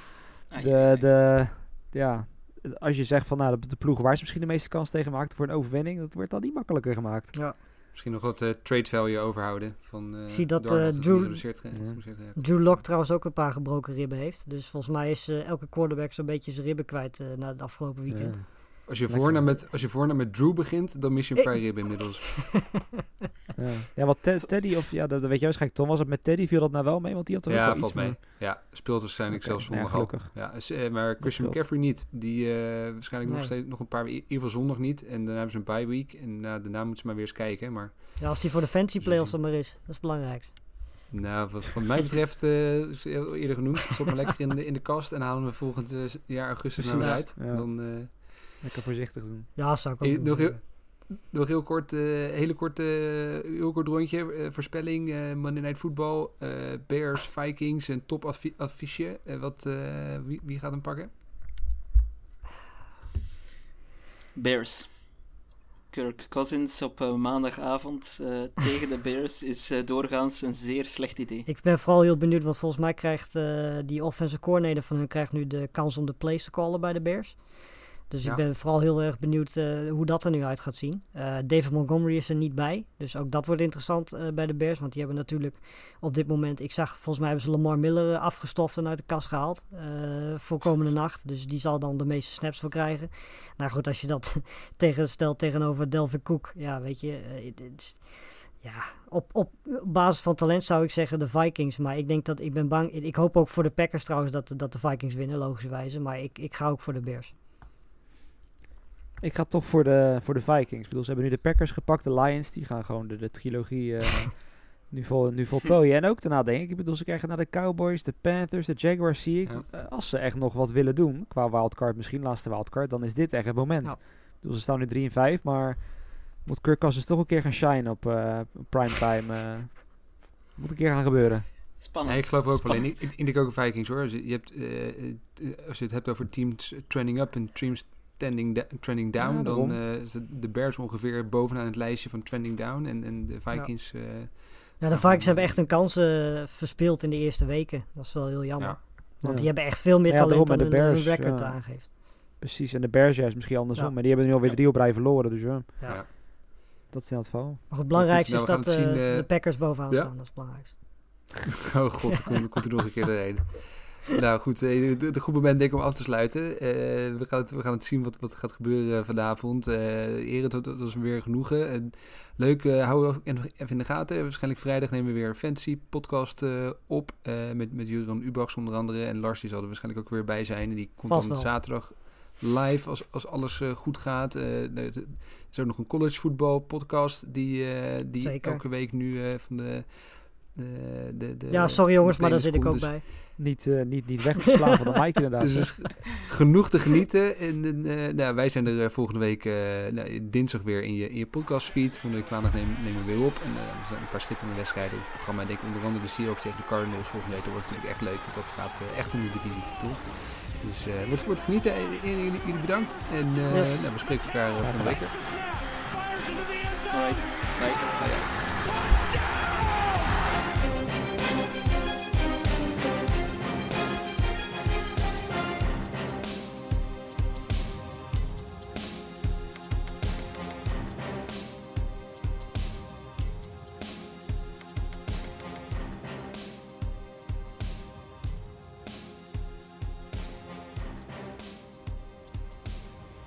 Dus als je zegt van de ploeg waar ze misschien de meeste kans tegen maakt voor een overwinning, dat wordt dan niet makkelijker gemaakt. Ja. Misschien nog wat trade value overhouden. Van, zie dat Drew Lock trouwens ook een paar gebroken ribben heeft. Dus volgens mij is elke quarterback zo'n beetje zijn ribben kwijt na het afgelopen weekend. Ja. Als je voornaam met Drew begint, dan mis je een paar ribben inmiddels. Ja, wat Teddy, of ja, dat weet je waarschijnlijk, Tom, was het met Teddy, viel dat nou wel mee? Want die had toch ook wel valt iets mee. meer. Ja, speelt waarschijnlijk zelfs zondag gelukkig. al. Ja, maar Christian McCaffrey niet. Die waarschijnlijk nog steeds nog een paar, in ieder geval zondag niet. En dan hebben ze een bye week. En daarna moeten ze maar weer eens kijken. Maar ja, als die voor de fancy playoffs er maar is. Dat is het belangrijkste. Nou, wat mij betreft, is eerder genoemd, stop maar lekker in de kast en halen we volgend jaar augustus naar weer uit. Ja. Dan, lekker voorzichtig doen. Ja, zou ik ook doen. Nog heel kort, heel kort rondje. Voorspelling, Monday Night Football, Bears, Vikings, een topadviesje. Wie gaat hem pakken? Bears. Kirk Cousins op maandagavond tegen de Bears is doorgaans een zeer slecht idee. Ik ben vooral heel benieuwd, want volgens mij krijgt die offensive coordinator van hun krijgt nu de kans om de plays te callen bij de Bears. Dus ik ben vooral heel erg benieuwd hoe dat er nu uit gaat zien. David Montgomery is er niet bij. Dus ook dat wordt interessant bij de Bears. Want die hebben natuurlijk op dit moment... volgens mij hebben ze Lamar Miller afgestoft en uit de kast gehaald. Voor komende nacht. Dus die zal dan de meeste snaps voor krijgen. Nou goed, als je dat stelt tegenover Delvin Cook. Ja, weet je... op basis van talent zou ik zeggen de Vikings. Maar ik ben bang... Ik hoop ook voor de Packers trouwens dat de Vikings winnen, logischerwijze. Maar ik ga ook voor de Bears. Ik ga toch voor de Vikings. Ik bedoel, ze hebben nu de Packers gepakt, de Lions. Die gaan gewoon de trilogie nu voltooien. En ook daarna denk ik. Ik bedoel, ze krijgen naar de Cowboys, de Panthers, de Jaguars zie ik. Als ze echt nog wat willen doen, qua wildcard, misschien laatste wildcard, dan is dit echt het moment. Ik bedoel, ze staan nu 3-5, maar moet Kirk Cousins toch een keer gaan shine op primetime. Moet een keer gaan gebeuren. Spannend. Ja, ik geloof ook wel in. Ik denk ook Vikings hoor. Als je het hebt over teams trending up en teams trending down, dan is de Bears ongeveer bovenaan het lijstje van trending down en de Vikings... de Vikings hebben echt een kans verspeeld in de eerste weken. Dat is wel heel jammer. Ja. Want die hebben echt veel meer talent dan hun record aangeeft. Precies, en de Bears juist misschien andersom. Maar die hebben nu alweer 3 op rij verloren. Dus ja. Dat is in het geval. Maar goed, het belangrijkste is dat de Packers bovenaan staan. Dat is het belangrijkste. Oh god, komt er nog een keer doorheen. Nou goed, de goed moment denk ik om af te sluiten. We gaan het zien wat gaat gebeuren vanavond. Heren, dat was weer genoegen. Leuk, hou even in de gaten. Waarschijnlijk vrijdag nemen we weer een fantasy podcast op. Met Juran Ubachs onder andere. En Lars die zal er waarschijnlijk ook weer bij zijn. En die komt vast dan wel zaterdag live als alles goed gaat. Er is ook nog een college voetbal podcast die elke week nu van de... sorry jongens, maar daar zit ik ook bij. Niet weggeslagen van de mic inderdaad. Dus genoeg te genieten. En wij zijn er volgende week dinsdag weer in je podcastfeed. Volgende week maandag nemen we weer op. En er zijn een paar schitterende wedstrijden op het programma. Ik denk onder andere de Seahawks tegen de Cardinals volgende week. Dat wordt natuurlijk echt leuk, want dat gaat echt om de divisietitel. Dus wordt genieten. Jullie bedankt. En we spreken elkaar volgende week. Alright. Bye.